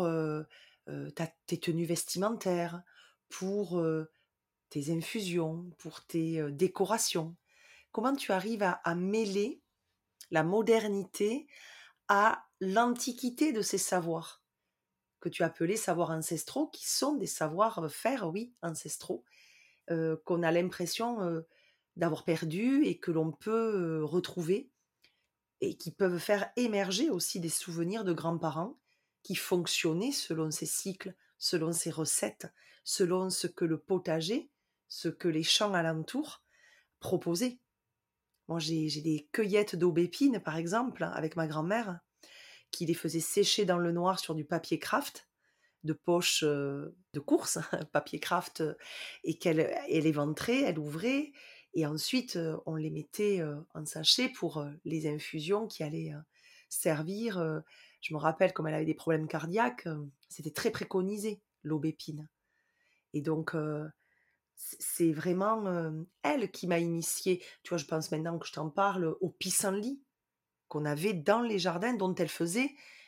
tes tenues vestimentaires, pour tes infusions, pour tes décorations? Comment tu arrives à mêler la modernité à l'antiquité de ces savoirs que tu appelais savoirs ancestraux, qui sont des savoir-faire, oui, ancestraux, qu'on a l'impression d'avoir perdus et que l'on peut retrouver et qui peuvent faire émerger aussi des souvenirs de grands-parents qui fonctionnaient selon ces cycles, selon ces recettes, selon ce que le potager, ce que les champs alentours proposaient. Moi, j'ai des cueillettes d'aubépines, par exemple, avec ma grand-mère, qui les faisait sécher dans le noir sur du papier craft, de poche de course, papier craft, et elle éventrait, elle ouvrait, et ensuite on les mettait en sachet pour les infusions qui allaient servir. Je me rappelle, comme elle avait des problèmes cardiaques, c'était très préconisé, l'aubépine. Et donc, c'est vraiment elle qui m'a initiée. Tu vois, je pense maintenant que je t'en parle au pissenlit qu'on avait dans les jardins, dont elle faisait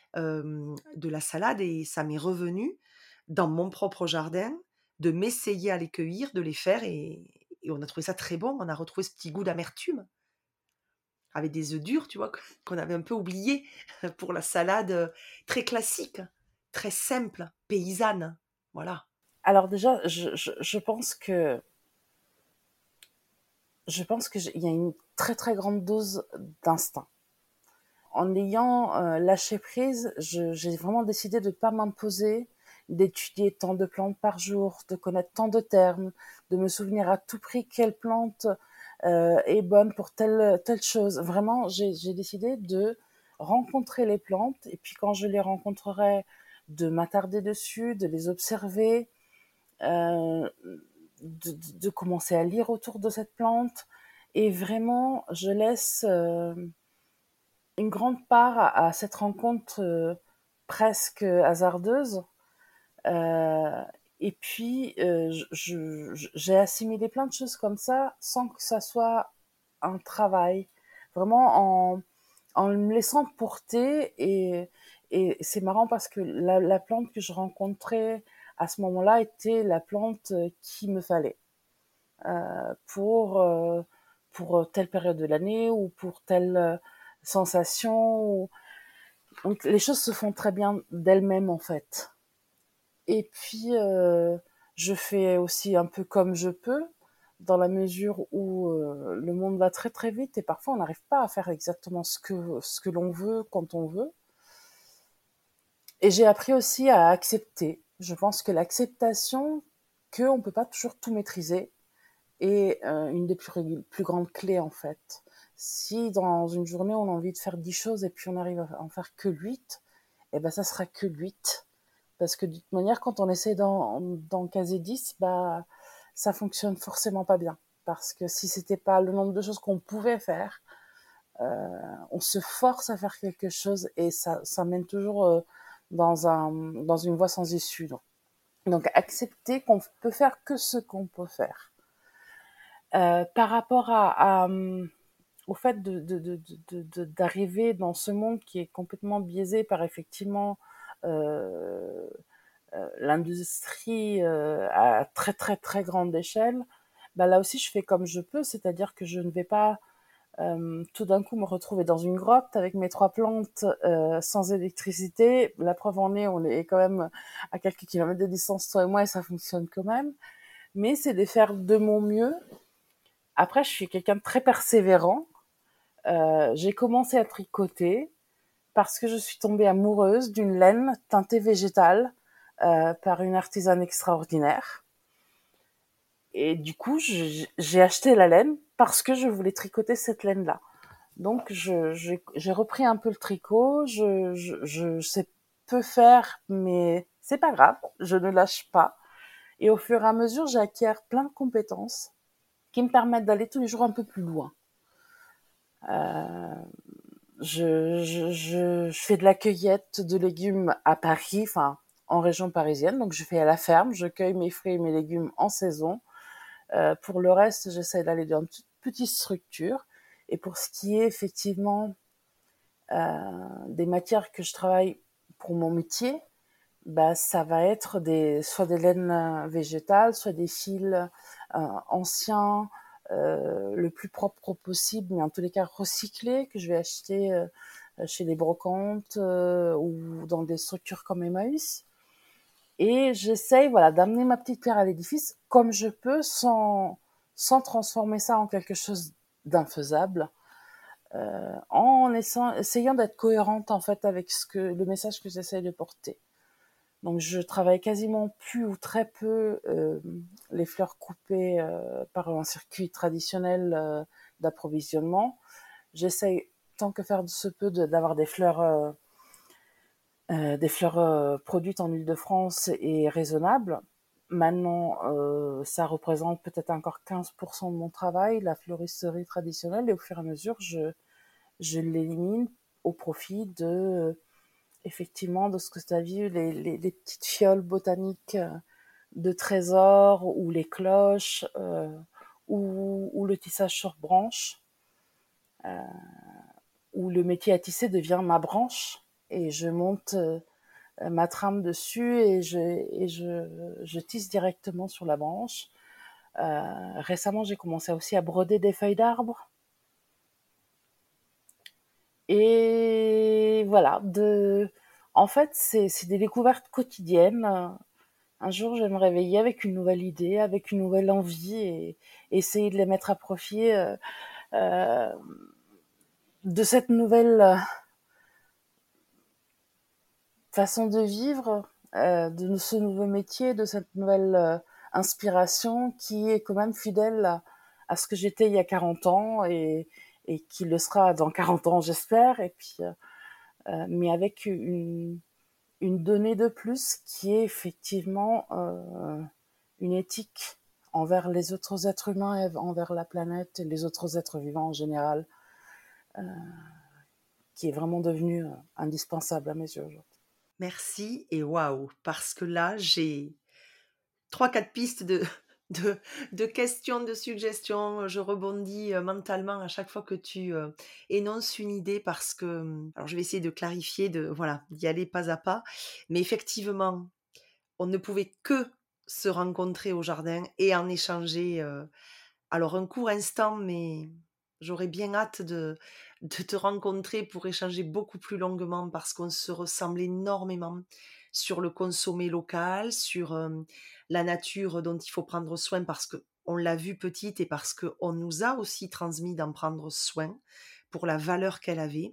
de la salade, et ça m'est revenu dans mon propre jardin de m'essayer à les cueillir, de les faire, et on a trouvé ça très bon. On a retrouvé ce petit goût d'amertume avec des œufs durs, tu vois, qu'on avait un peu oublié pour la salade très classique, très simple, paysanne. Voilà. Alors déjà, je pense que il y a une très très grande dose d'instinct. En ayant lâché prise, j'ai vraiment décidé de ne pas m'imposer, d'étudier tant de plantes par jour, de connaître tant de termes, de me souvenir à tout prix quelle plante est bonne pour telle chose. Vraiment, j'ai décidé de rencontrer les plantes, et puis quand je les rencontrerai, de m'attarder dessus, de les observer, euh, de commencer à lire autour de cette plante. Et vraiment, je laisse une grande part à cette rencontre presque hasardeuse. Euh, et puis, j'ai assimilé plein de choses comme ça sans que ça soit un travail. Vraiment en me laissant porter. Et c'est marrant parce que la plante que je rencontrais à ce moment-là était la plante qu'il me fallait pour, pour telle période de l'année ou pour telle sensation. Donc les choses se font très bien d'elles-mêmes en fait. Et puis je fais aussi un peu comme je peux, dans la mesure où le monde va très très vite et parfois on n'arrive pas à faire exactement ce que l'on veut quand on veut. Et j'ai appris aussi à accepter. Je pense que l'acceptation, qu'on ne peut pas toujours tout maîtriser, est une des plus grandes clés en fait. Si dans une journée on a envie de faire 10 choses et puis on arrive à en faire que 8, eh ben ça sera que 8. Parce que de toute manière, quand on essaie d'en caser 10, bah, ça fonctionne forcément pas bien. Parce que si c'était pas le nombre de choses qu'on pouvait faire, on se force à faire quelque chose et ça mène toujours dans une voie sans issue. Donc accepter qu'on peut faire que ce qu'on peut faire. Par rapport au fait d'arriver dans ce monde qui est complètement biaisé par effectivement euh, l'industrie à très très très grande échelle, bah là aussi je fais comme je peux, c'est-à-dire que je ne vais pas tout d'un coup me retrouver dans une grotte avec mes 3 plantes sans électricité. La preuve en est, on est quand même à quelques kilomètres de distance, toi et moi, et ça fonctionne quand même. Mais c'est de faire de mon mieux. Après, je suis quelqu'un de très persévérant. j'ai commencé à tricoter parce que je suis tombée amoureuse d'une laine teintée végétale par une artisane extraordinaire. Et du coup, j'ai acheté la laine parce que je voulais tricoter cette laine-là. Donc, j'ai repris un peu le tricot. Je sais peu faire, mais c'est pas grave. Je ne lâche pas. Et au fur et à mesure, j'acquiers plein de compétences qui me permettent d'aller tous les jours un peu plus loin. Euh, je fais de la cueillette de légumes à Paris, enfin en région parisienne. Donc, je fais à la ferme. Je cueille mes fruits et mes légumes en saison. Pour le reste, j'essaie d'aller dans une petite structure. Et pour ce qui est effectivement des matières que je travaille pour mon métier, bah, ça va être soit des laines végétales, soit des fils anciens, le plus propre possible, mais en tous les cas recyclés, que je vais acheter chez des brocantes ou dans des structures comme Emmaüs. Et j'essaye, voilà, d'amener ma petite pierre à l'édifice comme je peux sans transformer ça en quelque chose d'infaisable, en essayant d'être cohérente en fait avec le message que j'essaye de porter. Donc je travaille quasiment plus ou très peu les fleurs coupées par un circuit traditionnel d'approvisionnement. J'essaye tant que faire se peut d'avoir des fleurs produites en Île-de-France et raisonnables. Maintenant, ça représente peut-être encore 15% de mon travail, la fleuristerie traditionnelle, et au fur et à mesure, je l'élimine au profit effectivement, de ce que tu as vu, les petites fioles botaniques de trésors, ou les cloches, ou le tissage sur branche, où le métier à tisser devient ma branche, et je monte ma trame dessus et je tisse directement sur la branche. Récemment, j'ai commencé aussi à broder des feuilles d'arbres. Et voilà, en fait, c'est des découvertes quotidiennes. Un jour, je vais me réveiller avec une nouvelle idée, avec une nouvelle envie, et essayer de les mettre à profit euh, de cette nouvelle façon de vivre, de ce nouveau métier, de cette nouvelle inspiration qui est quand même fidèle à ce que j'étais il y a 40 ans, et qui le sera dans 40 ans, j'espère. Et puis, mais avec une donnée de plus qui est effectivement une éthique envers les autres êtres humains, et envers la planète et les autres êtres vivants en général, qui est vraiment devenue indispensable à mes yeux aujourd'hui. Merci et waouh, parce que là, j'ai 3-4 pistes de questions, de suggestions. Je rebondis mentalement à chaque fois que tu énonces une idée, parce que, alors je vais essayer de clarifier, voilà, d'y aller pas à pas. Mais effectivement, on ne pouvait que se rencontrer au jardin et en échanger. Alors un court instant, mais j'aurais bien hâte de te rencontrer pour échanger beaucoup plus longuement, parce qu'on se ressemble énormément sur le consommer local, sur la nature dont il faut prendre soin, parce que on l'a vue petite et parce qu'on nous a aussi transmis d'en prendre soin pour la valeur qu'elle avait.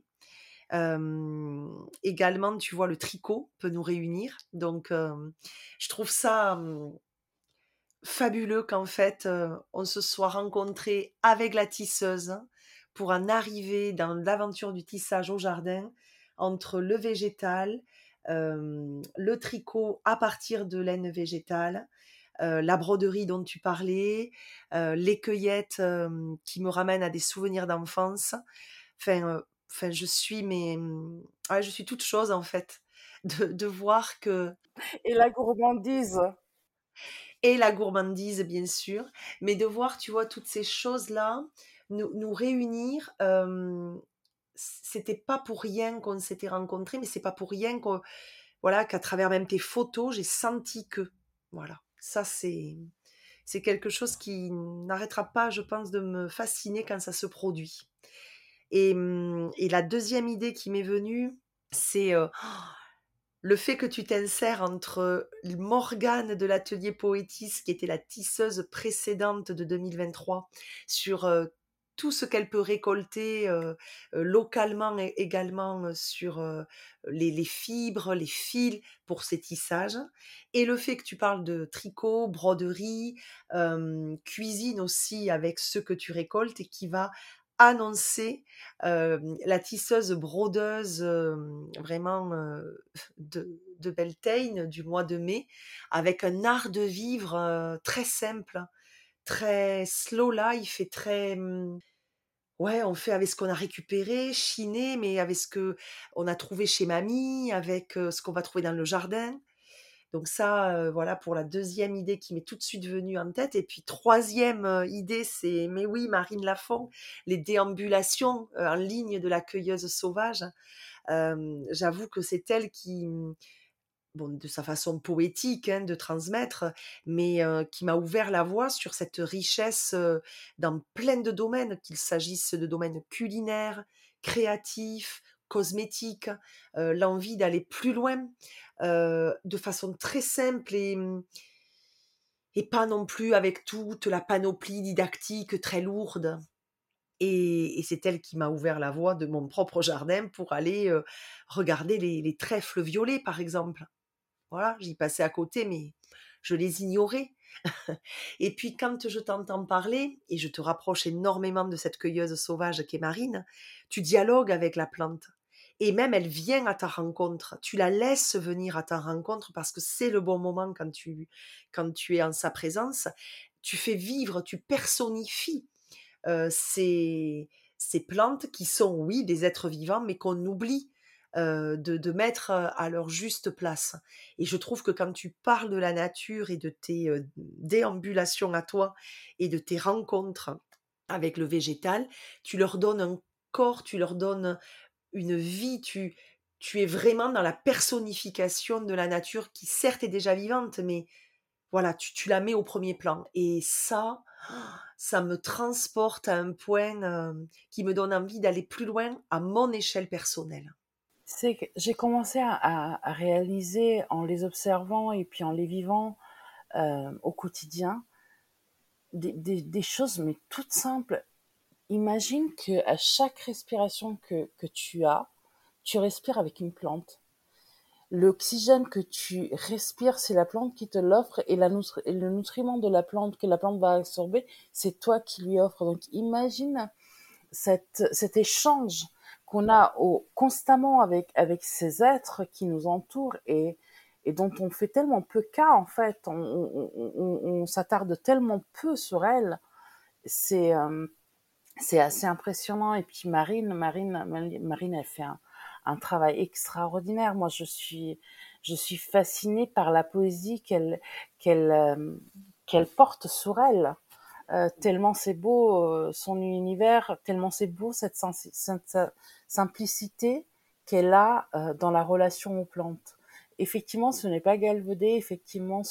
Également, tu vois, le tricot peut nous réunir. Donc, je trouve ça fabuleux qu'en fait, on se soit rencontrés avec la tisseuse pour en arriver dans l'aventure du tissage au jardin, entre le végétal, le tricot à partir de laine végétale, la broderie dont tu parlais, les cueillettes qui me ramènent à des souvenirs d'enfance. Enfin, je suis toute chose en fait, de voir que, Et la gourmandise. et la gourmandise bien sûr, mais de voir, tu vois, toutes ces choses-là nous réunir. C'était pas pour rien qu'on s'était rencontrés, mais c'est pas pour rien voilà, qu'à travers même tes photos, j'ai senti que, voilà, ça c'est quelque chose qui n'arrêtera pas, je pense, de me fasciner quand ça se produit. Et la deuxième idée qui m'est venue, c'est le fait que tu t'insères entre Morgane de l'atelier Poétis, qui était la tisseuse précédente de 2023, sur tout ce qu'elle peut récolter localement et également sur les fibres, les fils pour ses tissages. Et le fait que tu parles de tricot, broderie, cuisine aussi avec ce que tu récoltes et qui va annoncer la tisseuse brodeuse vraiment de Beltane du mois de mai, avec un art de vivre très simple, très slow life et très ouais, on fait avec ce qu'on a récupéré, chiné, mais avec ce que on a trouvé chez mamie, avec ce qu'on va trouver dans le jardin. Donc ça, voilà pour la deuxième idée qui m'est tout de suite venue en tête. Et puis troisième idée, c'est, mais oui, Marine Lafont, les déambulations en ligne de la cueilleuse sauvage. J'avoue que c'est elle qui, bon, de sa façon poétique hein, de transmettre, mais qui m'a ouvert la voie sur cette richesse dans plein de domaines, qu'il s'agisse de domaines culinaires, créatifs, cosmétiques, l'envie d'aller plus loin, de façon très simple et pas non plus avec toute la panoplie didactique très lourde. Et c'est elle qui m'a ouvert la voie de mon propre jardin pour aller regarder les trèfles violets, par exemple. Voilà, j'y passais à côté, mais je les ignorais. Et puis quand je t'entends parler, et je te rapproche énormément de cette cueilleuse sauvage qu'est Marine, tu dialogues avec la plante. Et même elle vient à ta rencontre. Tu la laisses venir à ta rencontre parce que c'est le bon moment quand tu es en sa présence. Tu fais vivre, tu personnifies ces plantes qui sont, oui, des êtres vivants, mais qu'on oublie de mettre à leur juste place. Et je trouve que quand tu parles de la nature et de tes déambulations à toi et de tes rencontres avec le végétal, tu leur donnes un corps, tu leur donnes une vie, tu es vraiment dans la personnification de la nature qui certes est déjà vivante, mais voilà, tu la mets au premier plan. Et ça me transporte à un point qui me donne envie d'aller plus loin à mon échelle personnelle. C'est que j'ai commencé à réaliser en les observant et puis en les vivant au quotidien des choses mais toutes simples. Imagine que à chaque respiration que tu as, tu respires avec une plante. L'oxygène que tu respires, c'est la plante qui te l'offre et le nutriment de la plante que la plante va absorber, c'est toi qui lui offre. Donc imagine cet échange qu'on a constamment avec ces êtres qui nous entourent et dont on fait tellement peu cas en fait, on s'attarde tellement peu sur elles, c'est c'est assez impressionnant. Et puis Marine, elle fait un travail extraordinaire. Moi, je suis fascinée par la poésie qu'elle qu'elle porte sur elle. Tellement c'est beau son univers, tellement c'est beau cette simplicité qu'elle a dans la relation aux plantes. Effectivement, ce n'est pas galvaudé, effectivement,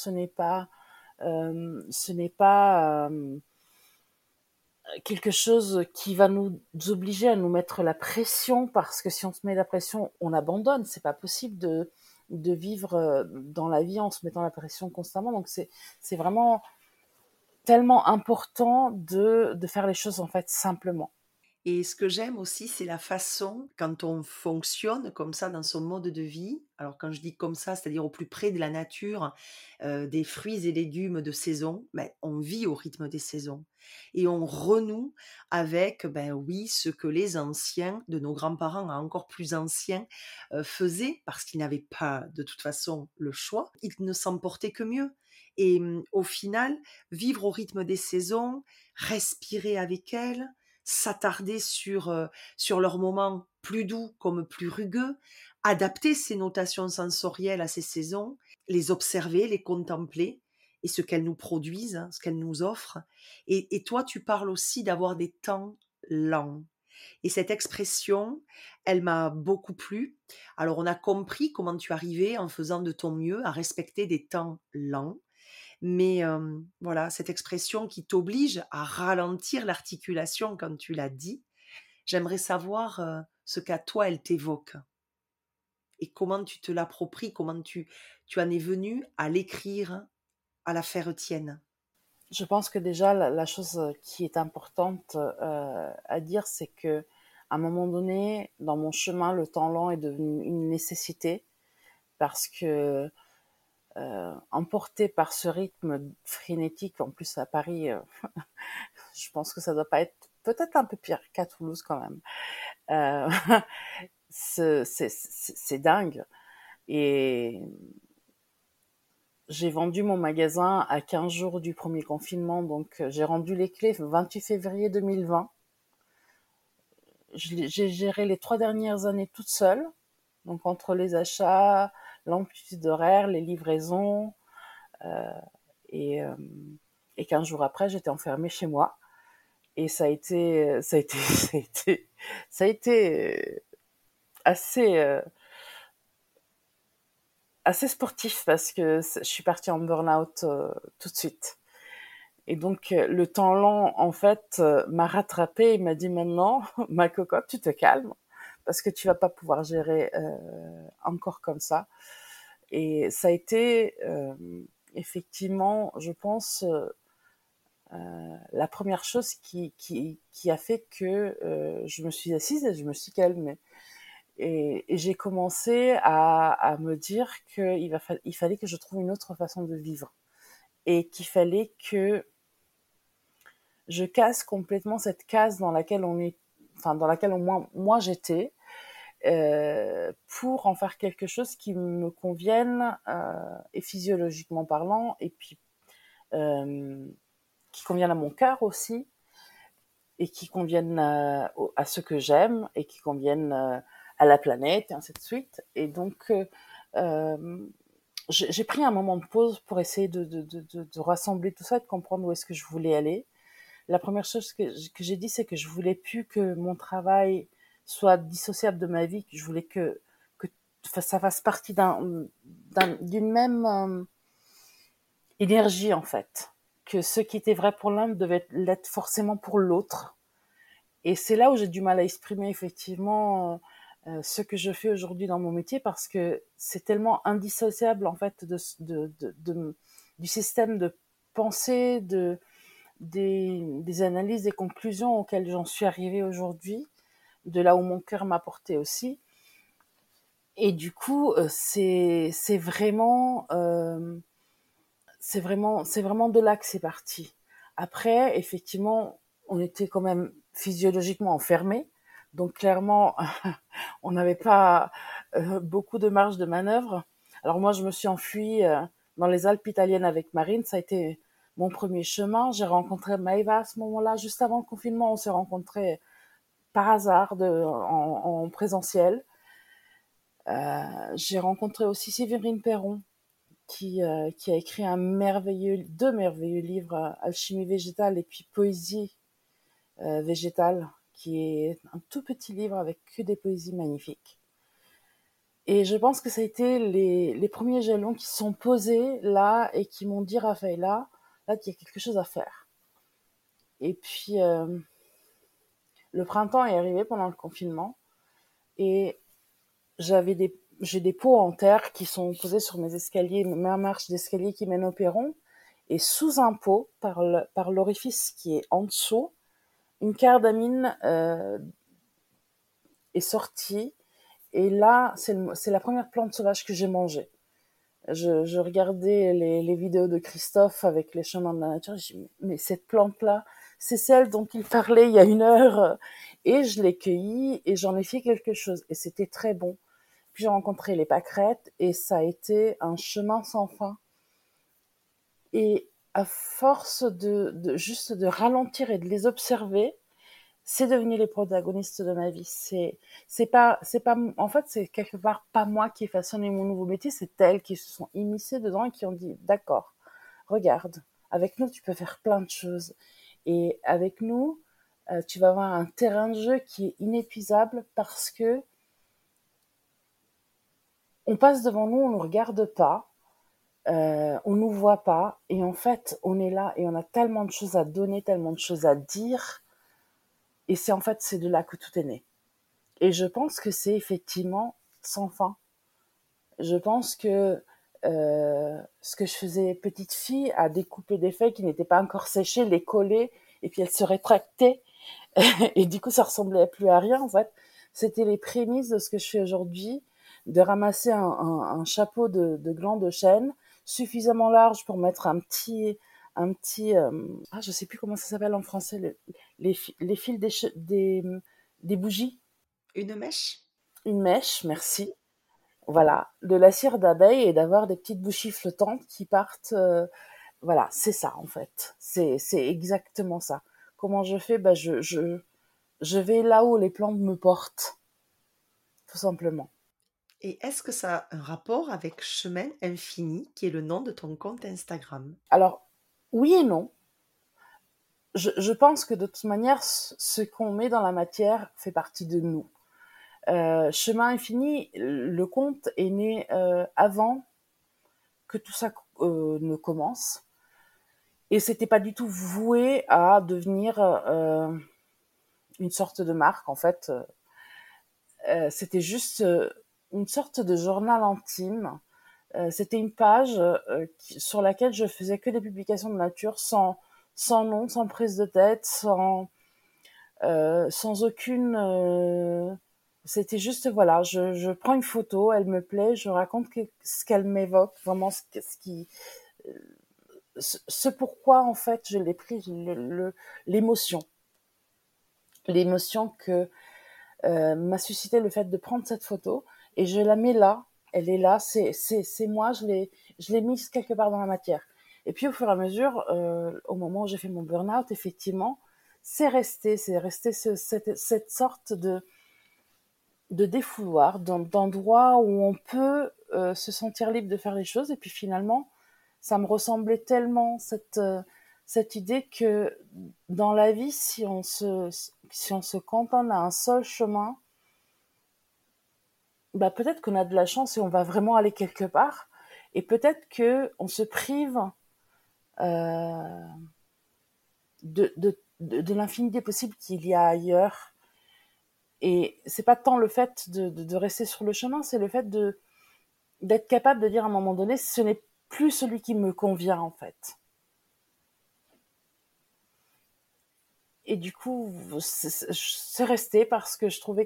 ce n'est pas quelque chose qui va nous obliger à nous mettre la pression, parce que si on se met la pression, on abandonne. C'est pas possible de vivre dans la vie en se mettant la pression constamment. Donc c'est vraiment tellement important de faire les choses en fait simplement. Et ce que j'aime aussi, c'est la façon, quand on fonctionne comme ça dans son mode de vie, alors quand je dis comme ça, c'est-à-dire au plus près de la nature, des fruits et légumes de saison, ben, on vit au rythme des saisons. Et on renoue avec, ben oui, ce que les anciens, de nos grands-parents à encore plus anciens, faisaient, parce qu'ils n'avaient pas de toute façon le choix, ils ne s'en portaient que mieux. Et au final, vivre au rythme des saisons, respirer avec elles, s'attarder sur leurs moments plus doux comme plus rugueux, adapter ces notations sensorielles à ces saisons, les observer, les contempler et ce qu'elles nous produisent, hein, ce qu'elles nous offrent. Et toi, tu parles aussi d'avoir des temps lents. Et cette expression, elle m'a beaucoup plu. Alors, on a compris comment tu arrivais en faisant de ton mieux à respecter des temps lents. Mais voilà, cette expression qui t'oblige à ralentir l'articulation quand tu l'as dit, j'aimerais savoir ce qu'à toi elle t'évoque et comment tu te l'appropries, comment tu en es venu à l'écrire, à la faire tienne. Je pense que déjà, la chose qui est importante à dire, c'est que à un moment donné, dans mon chemin, le temps lent est devenu une nécessité parce que emporté par ce rythme frénétique, en plus à Paris, je pense que ça doit pas être peut-être un peu pire qu'à Toulouse quand même. Euh, c'est dingue. Et j'ai vendu mon magasin à 15 jours du premier confinement, donc j'ai rendu les clés le 28 février 2020. J'ai géré les 3 dernières années toute seule, donc entre les achats, l'amplitude horaire, les livraisons, euh, et, euh, et 15 jours après, j'étais enfermée chez moi. Et ça a été assez, assez sportif parce que je suis partie en burn-out tout de suite. Et donc, le temps lent, en fait, m'a rattrapée et m'a dit maintenant, ma cocotte, tu te calmes parce que tu vas pas pouvoir gérer encore comme ça. Et ça a été effectivement, je pense, la première chose qui a fait que je me suis assise et je me suis calmée. Et j'ai commencé à me dire il fallait que je trouve une autre façon de vivre et qu'il fallait que je casse complètement cette case dans laquelle on est, enfin dans laquelle au moins moi j'étais, pour en faire quelque chose qui me convienne et physiologiquement parlant, et puis euh, qui convienne à mon cœur aussi, et qui conviennent à ce que j'aime et qui conviennent à la planète et ainsi de suite. Et donc euh, j'ai pris un moment de pause pour essayer de rassembler tout ça et de comprendre où est-ce que je voulais aller. La première chose que j'ai dit, c'est que je voulais plus que mon travail soit dissociable de ma vie, que je voulais que ça fasse partie d'une même énergie en fait, que ce qui était vrai pour l'un devait l'être forcément pour l'autre. Et c'est là où j'ai du mal à exprimer effectivement ce que je fais aujourd'hui dans mon métier parce que c'est tellement indissociable en fait du système de pensée, des analyses, des conclusions auxquelles j'en suis arrivée aujourd'hui, de là où mon cœur m'a porté aussi. Et du coup, c'est vraiment de là que c'est parti. Après, effectivement, on était quand même physiologiquement enfermés, donc clairement, on n'avait pas beaucoup de marge de manœuvre. Alors moi, je me suis enfuie dans les Alpes italiennes avec Marine, ça a été mon premier chemin. J'ai rencontré Maëva à ce moment-là, juste avant le confinement, on s'est rencontrés par hasard en présentiel. J'ai rencontré aussi Séverine Perron, qui a écrit deux merveilleux livres, Alchimie végétale et puis Poésie végétale, qui est un tout petit livre avec que des poésies magnifiques. Et je pense que ça a été les premiers jalons qui se sont posés là et qui m'ont dit, Raphaëlla, là, qu'il y a quelque chose à faire. Et puis, le printemps est arrivé pendant le confinement et j'ai des pots en terre qui sont posés sur mes escaliers, ma marche d'escalier qui mène au perron. Et sous un pot, par l'orifice qui est en dessous, une cardamine est sortie. Et là, c'est la première plante sauvage que j'ai mangée. Je regardais les vidéos de Christophe avec les chemins de la nature. Je dis, mais cette plante-là, c'est celle dont il parlait il y a 1 heure. Et je l'ai cueillie et j'en ai fait quelque chose. Et c'était très bon. Puis j'ai rencontré les pâquerettes et ça a été un chemin sans fin. Et à force juste de ralentir et de les observer, c'est devenu les protagonistes de ma vie. C'est pas, en fait, c'est quelque part pas moi qui ai façonné mon nouveau métier, c'est elles qui se sont immiscées dedans et qui ont dit, d'accord, regarde, avec nous, tu peux faire plein de choses. Et avec nous, tu vas avoir un terrain de jeu qui est inépuisable parce que on passe devant nous, on ne nous regarde pas, on nous voit pas, et en fait, on est là et on a tellement de choses à donner, tellement de choses à dire, et c'est en fait, c'est de là que tout est né. Et je pense que c'est effectivement sans fin. Je pense que ce que je faisais petite fille, à découper des feuilles qui n'étaient pas encore séchées, les coller, et puis elles se rétractaient. Et du coup, ça ressemblait plus à rien, en fait. C'était les prémices de ce que je fais aujourd'hui, de ramasser un chapeau de gland de chêne suffisamment large pour mettre je sais plus comment ça s'appelle en français, les fils des bougies. Une mèche? Une mèche, merci. Voilà, de la cire d'abeille et d'avoir des petites bougies flottantes qui partent. Voilà, c'est ça en fait. C'est exactement ça. Comment je fais? Bah, je vais là où les plantes me portent, tout simplement. Et est-ce que ça a un rapport avec Chemin Infini, qui est le nom de ton compte Instagram? Alors, oui et non. Je pense que de toute manière, ce qu'on met dans la matière fait partie de nous. Chemin Infini, le conte est né avant que tout ça ne commence. Et c'était pas du tout voué à devenir une sorte de marque, en fait. C'était juste une sorte de journal intime. C'était une page sur laquelle je faisais que des publications de nature, sans nom, sans prise de tête, sans aucune... C'était juste, voilà, je prends une photo, elle me plaît, je raconte ce qu'elle m'évoque, vraiment ce pourquoi, en fait, je l'ai pris, l'émotion. L'émotion que m'a suscité le fait de prendre cette photo, et je la mets là, elle est là, c'est moi, je l'ai mise quelque part dans la matière. Et puis au fur et à mesure, au moment où j'ai fait mon burn-out, effectivement, c'est resté cette sorte de défouloir, d'endroit où on peut se sentir libre de faire les choses. Et puis finalement, ça me ressemblait tellement cette idée que dans la vie, si on se cantonne à un seul chemin, bah peut-être qu'on a de la chance et on va vraiment aller quelque part. Et peut-être que on se prive euh, de l'infini des possibles qu'il y a ailleurs. Et c'est pas tant le fait de rester sur le chemin, c'est le fait d'être capable de dire à un moment donné, ce n'est plus celui qui me convient en fait. Et du coup, c'est resté parce que je trouvais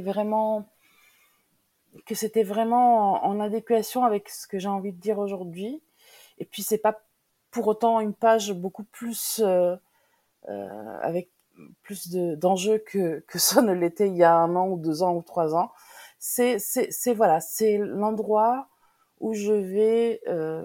que c'était vraiment en adéquation avec ce que j'ai envie de dire aujourd'hui. Et puis c'est pas pour autant une page beaucoup plus avec plus d'enjeux que ça ne l'était il y a 1 an ou 2 ans ou 3 ans. Voilà, c'est l'endroit où je vais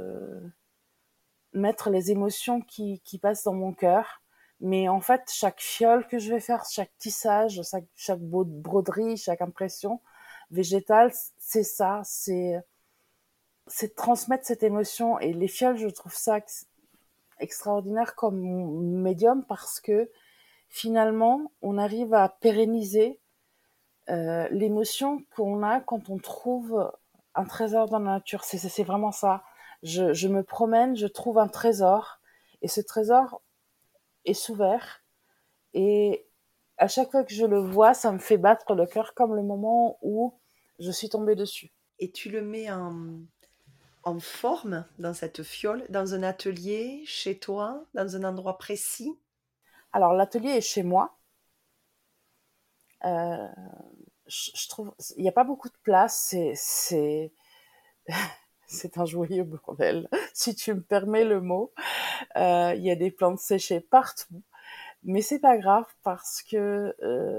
mettre les émotions qui passent dans mon cœur. Mais en fait, chaque fiole que je vais faire, chaque tissage, chaque broderie, chaque impression végétale, c'est ça, c'est transmettre cette émotion. Et les fioles, je trouve ça extraordinaire comme médium parce que finalement, on arrive à pérenniser l'émotion qu'on a quand on trouve un trésor dans la nature. C'est vraiment ça. Je me promène, je trouve un trésor, et ce trésor est sous verre. Et à chaque fois que je le vois, ça me fait battre le cœur comme le moment où je suis tombée dessus. Et tu le mets en forme dans cette fiole, dans un atelier, chez toi, dans un endroit précis? Alors l'atelier est chez moi. Euh, je trouve il n'y a pas beaucoup de place. C'est un joyeux bordel, si tu me permets le mot. Il y a des plantes séchées partout, mais c'est pas grave parce que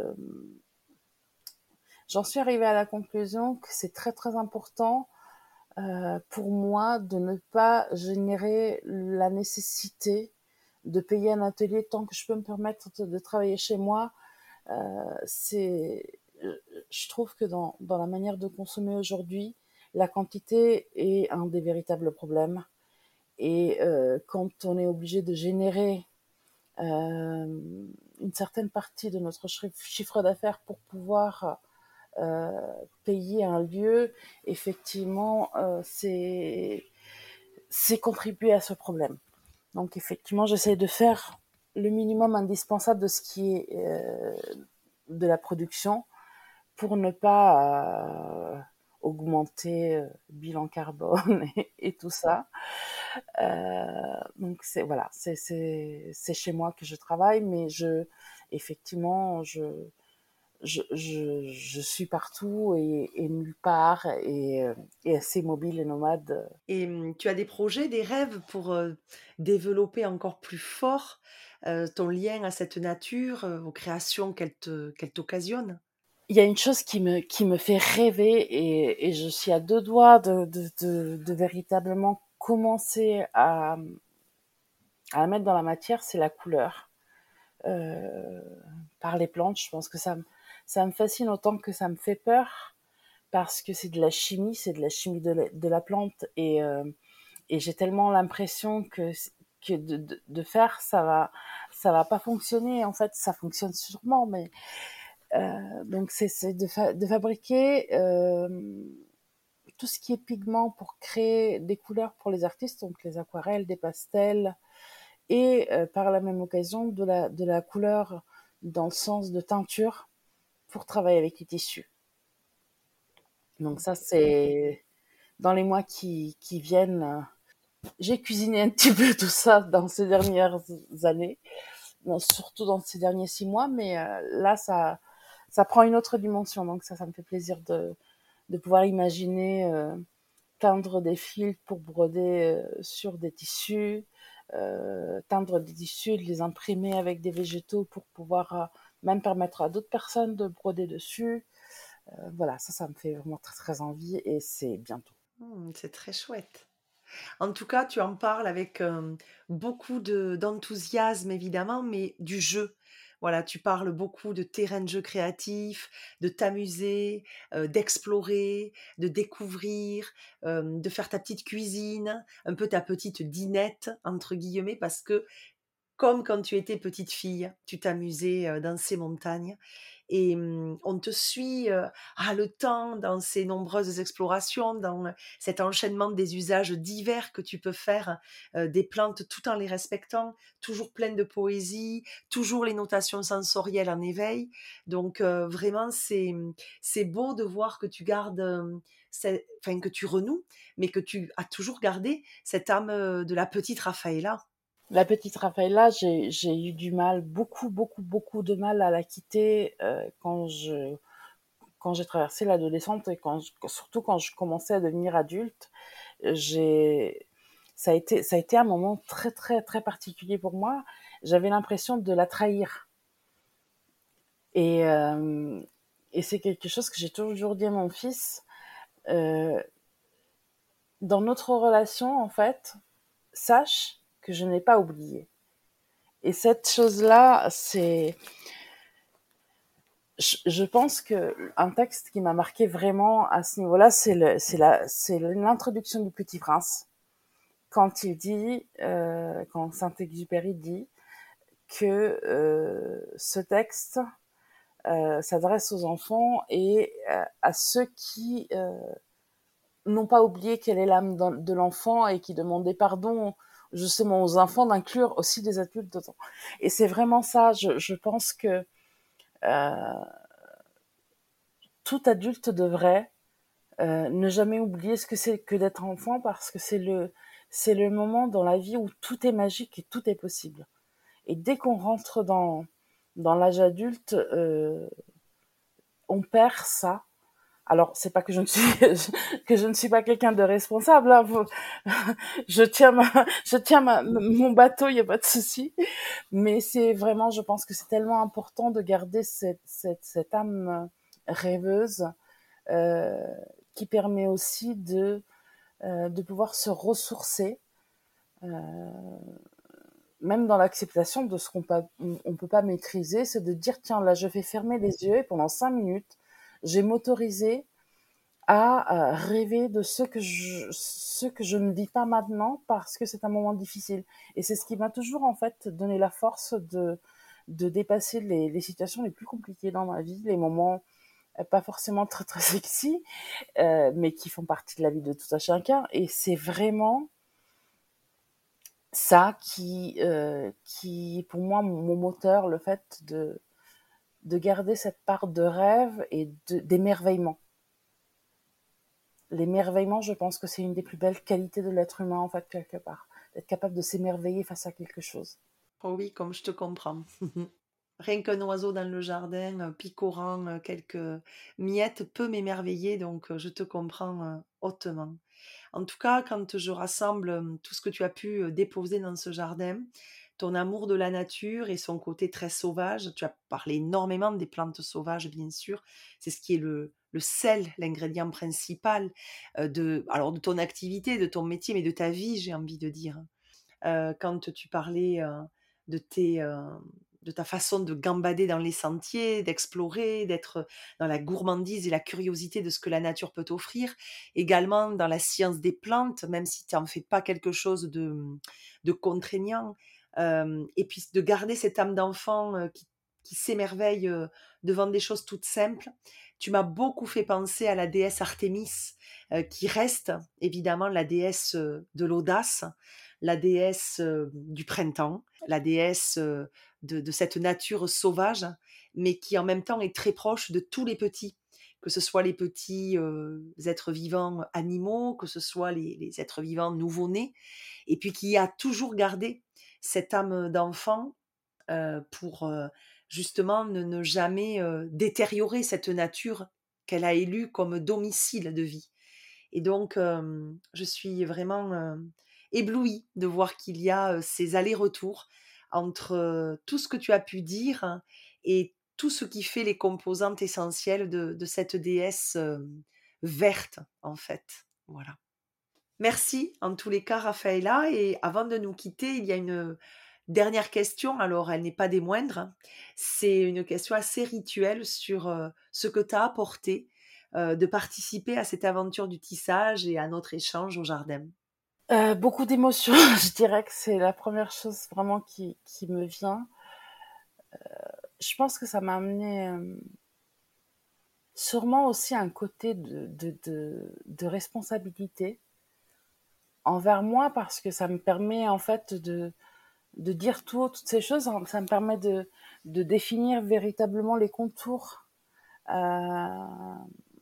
j'en suis arrivée à la conclusion que c'est très très important pour moi de ne pas générer la nécessité de payer un atelier tant que je peux me permettre de travailler chez moi. C'est, je trouve que dans la manière de consommer aujourd'hui, la quantité est un des véritables problèmes. Et quand on est obligé de générer une certaine partie de notre chiffre d'affaires pour pouvoir euh, payer un lieu, effectivement, c'est contribuer à ce problème. Donc effectivement, j'essaie de faire le minimum indispensable de ce qui est de la production pour ne pas augmenter bilan carbone et tout ça. Donc voilà, c'est chez moi que je travaille, mais effectivement, je suis partout et nulle part et assez mobile et nomade. Et tu as des projets, des rêves pour développer encore plus fort ton lien à cette nature, aux créations qu'elle t'occasionne? Il y a une chose qui me fait rêver et je suis à deux doigts de véritablement commencer à la mettre dans la matière, c'est la couleur. Euh, Par les plantes, je pense que ça me fascine autant que ça me fait peur parce que c'est de la chimie de la plante et j'ai tellement l'impression que de faire ça va pas fonctionner. En fait, ça fonctionne sûrement, mais donc c'est de fabriquer tout ce qui est pigment pour créer des couleurs pour les artistes, donc les aquarelles, des pastels, et par la même occasion de la couleur dans le sens de teinture pour travailler avec les tissus. Donc ça, c'est dans les mois qui viennent. J'ai cuisiné un petit peu tout ça dans ces dernières années, surtout dans ces derniers 6 mois, mais là, ça prend une autre dimension. Donc ça me fait plaisir de pouvoir imaginer teindre des fils pour broder sur des tissus, teindre des tissus, de les imprimer avec des végétaux pour pouvoir même permettre à d'autres personnes de broder dessus. Voilà, ça me fait vraiment très très envie et c'est bientôt. C'est très chouette. En tout cas, tu en parles avec beaucoup d'enthousiasme, évidemment, mais du jeu. Voilà, tu parles beaucoup de terrain de jeu créatif, de t'amuser, d'explorer, de découvrir, de faire ta petite cuisine, un peu ta petite dinette, entre guillemets, parce que comme quand tu étais petite fille, tu t'amusais dans ces montagnes. Et on te suit le temps dans ces nombreuses explorations, dans cet enchaînement des usages divers que tu peux faire des plantes tout en les respectant, toujours pleines de poésie, toujours les notations sensorielles en éveil. Donc vraiment, c'est beau de voir que tu gardes, enfin que tu renoues, mais que tu as toujours gardé cette âme de la petite Raphaëlla. La petite Raphaëlla, j'ai eu du mal, beaucoup de mal à la quitter quand j'ai traversé l'adolescente et surtout quand je commençais à devenir adulte. J'ai, ça a été un moment très, très, très particulier pour moi. J'avais l'impression de la trahir. Et, euh, et c'est quelque chose que j'ai toujours dit à mon fils. Euh, dans notre relation, en fait, sache que je n'ai pas oublié. Et cette chose-là, je pense que un texte qui m'a marqué vraiment à ce niveau-là, c'est l'introduction du Petit Prince, quand il dit, quand Saint-Exupéry dit que ce texte s'adresse aux enfants et à ceux qui n'ont pas oublié quelle est l'âme de l'enfant et qui demandaient pardon justement aux enfants d'inclure aussi des adultes dedans. Et c'est vraiment ça, je pense que euh, tout adulte devrait ne jamais oublier ce que c'est que d'être enfant parce que c'est le moment dans la vie où tout est magique et tout est possible. Et dès qu'on rentre dans l'âge adulte, on perd ça. Alors, c'est pas que je ne suis que je ne suis pas quelqu'un de responsable. Hein. Je tiens mon bateau, il y a pas de souci. Mais c'est vraiment, je pense que c'est tellement important de garder cette âme rêveuse euh, qui permet aussi de pouvoir se ressourcer, même dans l'acceptation de ce on peut pas maîtriser, c'est de dire tiens là je vais fermer les yeux et pendant 5 minutes, j'ai m'autorisé à rêver de ce que je ne vis pas maintenant parce que c'est un moment difficile. Et c'est ce qui m'a toujours en fait donné la force de dépasser les situations les plus compliquées dans ma vie, les moments pas forcément très très sexy, mais qui font partie de la vie de tout un chacun. Et c'est vraiment ça qui est pour moi mon moteur, le fait de garder cette part de rêve et d'émerveillement. l'émerveillement, je pense que c'est une des plus belles qualités de l'être humain, en fait, quelque part. D'être capable de s'émerveiller face à quelque chose. Oh oui, comme je te comprends. Rien qu'un oiseau dans le jardin, picorant quelques miettes peut m'émerveiller, donc je te comprends hautement. En tout cas, quand je rassemble tout ce que tu as pu déposer dans ce jardin, ton amour de la nature et son côté très sauvage, tu as parlé énormément des plantes sauvages, bien sûr, c'est ce qui est le sel, l'ingrédient principal alors de ton activité, de ton métier, mais de ta vie, j'ai envie de dire. Quand tu parlais de tes... de ta façon de gambader dans les sentiers, d'explorer, d'être dans la gourmandise et la curiosité de ce que la nature peut t'offrir. Également dans la science des plantes, même si tu n'en fais pas quelque chose de contraignant. Et puis de garder cette âme d'enfant qui s'émerveille devant des choses toutes simples. Tu m'as beaucoup fait penser à la déesse Artémis, qui reste évidemment la déesse de l'audace, la déesse du printemps, la déesse de cette nature sauvage, mais qui en même temps est très proche de tous les petits, que ce soit les petits êtres vivants animaux, que ce soit les êtres vivants nouveau-nés, et puis qui a toujours gardé cette âme d'enfant pour justement ne jamais détériorer cette nature qu'elle a élue comme domicile de vie. Et donc, je suis vraiment éblouie de voir qu'il y a ces allers-retours entre tout ce que tu as pu dire et tout ce qui fait les composantes essentielles de cette déesse verte, en fait. Voilà. Merci en tous les cas, Raphaëla. Et avant de nous quitter, il y a une dernière question. Alors, elle n'est pas des moindres. C'est une question assez rituelle sur ce que tu as apporté de participer à cette aventure du tissage et à notre échange au jardin. Beaucoup d'émotions, je dirais que c'est la première chose vraiment qui me vient. Je pense que ça m'a amené sûrement aussi un côté de responsabilité envers moi parce que ça me permet en fait de dire tout haut toutes ces choses. Ça me permet de définir véritablement les contours euh,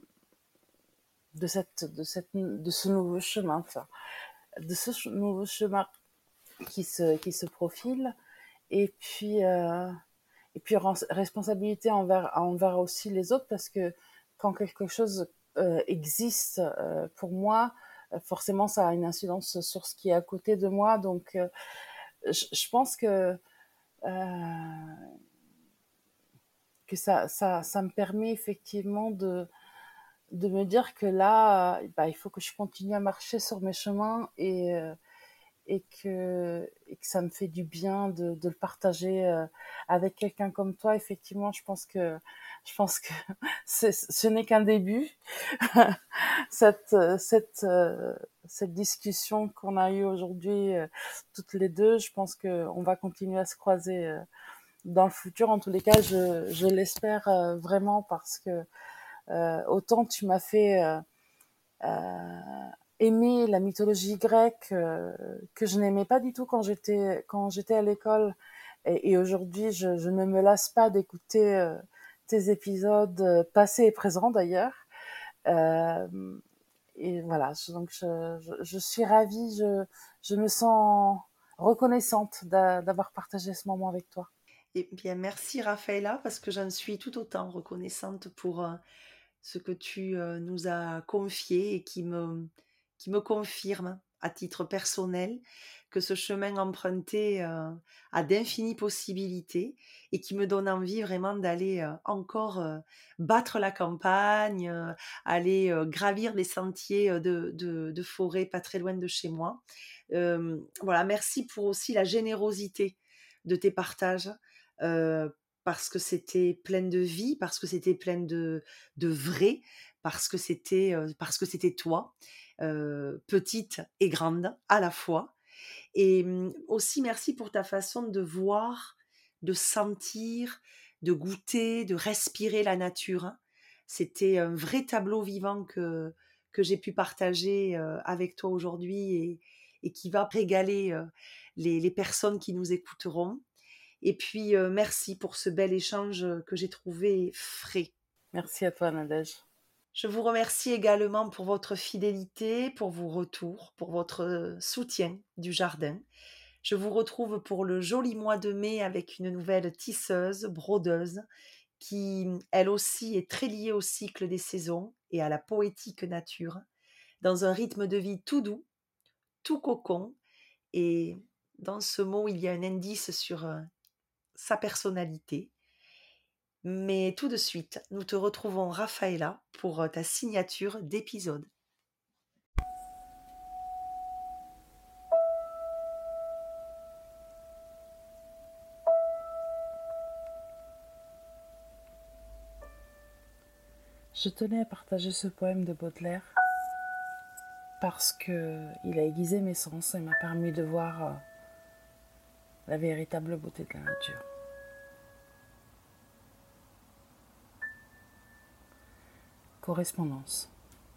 de ce nouveau chemin, enfin, de ce nouveau chemin qui se profile. Et puis, euh, et puis responsabilité envers aussi les autres parce que quand quelque chose existe pour moi, forcément ça a une incidence sur ce qui est à côté de moi. Donc je pense que ça me permet effectivement de me dire que là, bah, il faut que je continue à marcher sur mes chemins et que ça me fait du bien de le partager avec quelqu'un comme toi. Effectivement, je pense que ce n'est qu'un début. cette, cette, euh, cette discussion qu'on a eue aujourd'hui, toutes les deux, je pense qu'on va continuer à se croiser dans le futur. En tous les cas, je l'espère vraiment parce que autant tu m'as fait aimer la mythologie grecque que je n'aimais pas du tout quand j'étais à l'école et aujourd'hui je ne me lasse pas d'écouter tes épisodes passés et présents d'ailleurs euh, et voilà donc je suis ravie je me sens reconnaissante d'avoir partagé ce moment avec toi. Eh bien, merci Raphaëla, parce que j'en suis tout autant reconnaissante pour ce que tu nous as confié et qui me confirme à titre personnel que ce chemin emprunté a d'infinies possibilités et qui me donne envie vraiment d'aller encore battre la campagne, aller gravir les sentiers de forêt pas très loin de chez moi. Voilà, merci pour aussi la générosité de tes partages. euh, Parce que c'était plein de vie, parce que c'était plein de vrai, parce que c'était toi, petite et grande à la fois. Et aussi merci pour ta façon de voir, de sentir, de goûter, de respirer la nature. C'était un vrai tableau vivant que j'ai pu partager avec toi aujourd'hui et qui va régaler les personnes qui nous écouteront. Et puis merci pour ce bel échange que j'ai trouvé frais. Merci à toi Nadège. Je vous remercie également pour votre fidélité, pour vos retours, pour votre soutien du jardin. Je vous retrouve pour le joli mois de mai avec une nouvelle tisseuse, brodeuse, qui elle aussi est très liée au cycle des saisons et à la poétique nature, dans un rythme de vie tout doux, tout cocon, et dans ce mot il y a un indice sur sa personnalité. Mais tout de suite, nous te retrouvons Raphaëla pour ta signature d'épisode. Je tenais à partager ce poème de Baudelaire parce qu'il a aiguisé mes sens et m'a permis de voir la véritable beauté de la nature. Correspondance.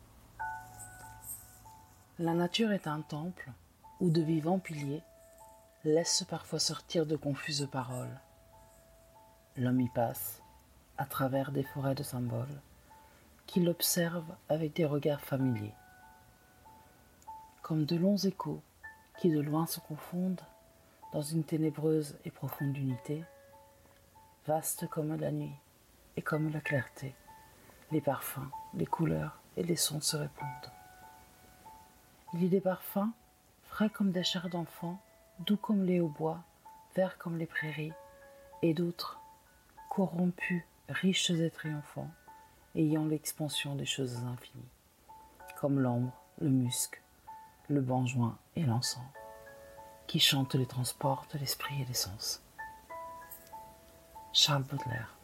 La nature est un temple où de vivants piliers laissent parfois sortir de confuses paroles. L'homme y passe, à travers des forêts de symboles, qui l'observent avec des regards familiers. Comme de longs échos qui de loin se confondent dans une ténébreuse et profonde unité, vaste comme la nuit et comme la clarté, les parfums, les couleurs et les sons se répondent. Il y a des parfums frais comme des chairs d'enfants, doux comme les hautbois, verts comme les prairies, et d'autres corrompus, riches et triomphants, ayant l'expansion des choses infinies, comme l'ambre, le musc, le benjoin et l'encens, qui chantent les transports de l'esprit et des sens. Charles Baudelaire.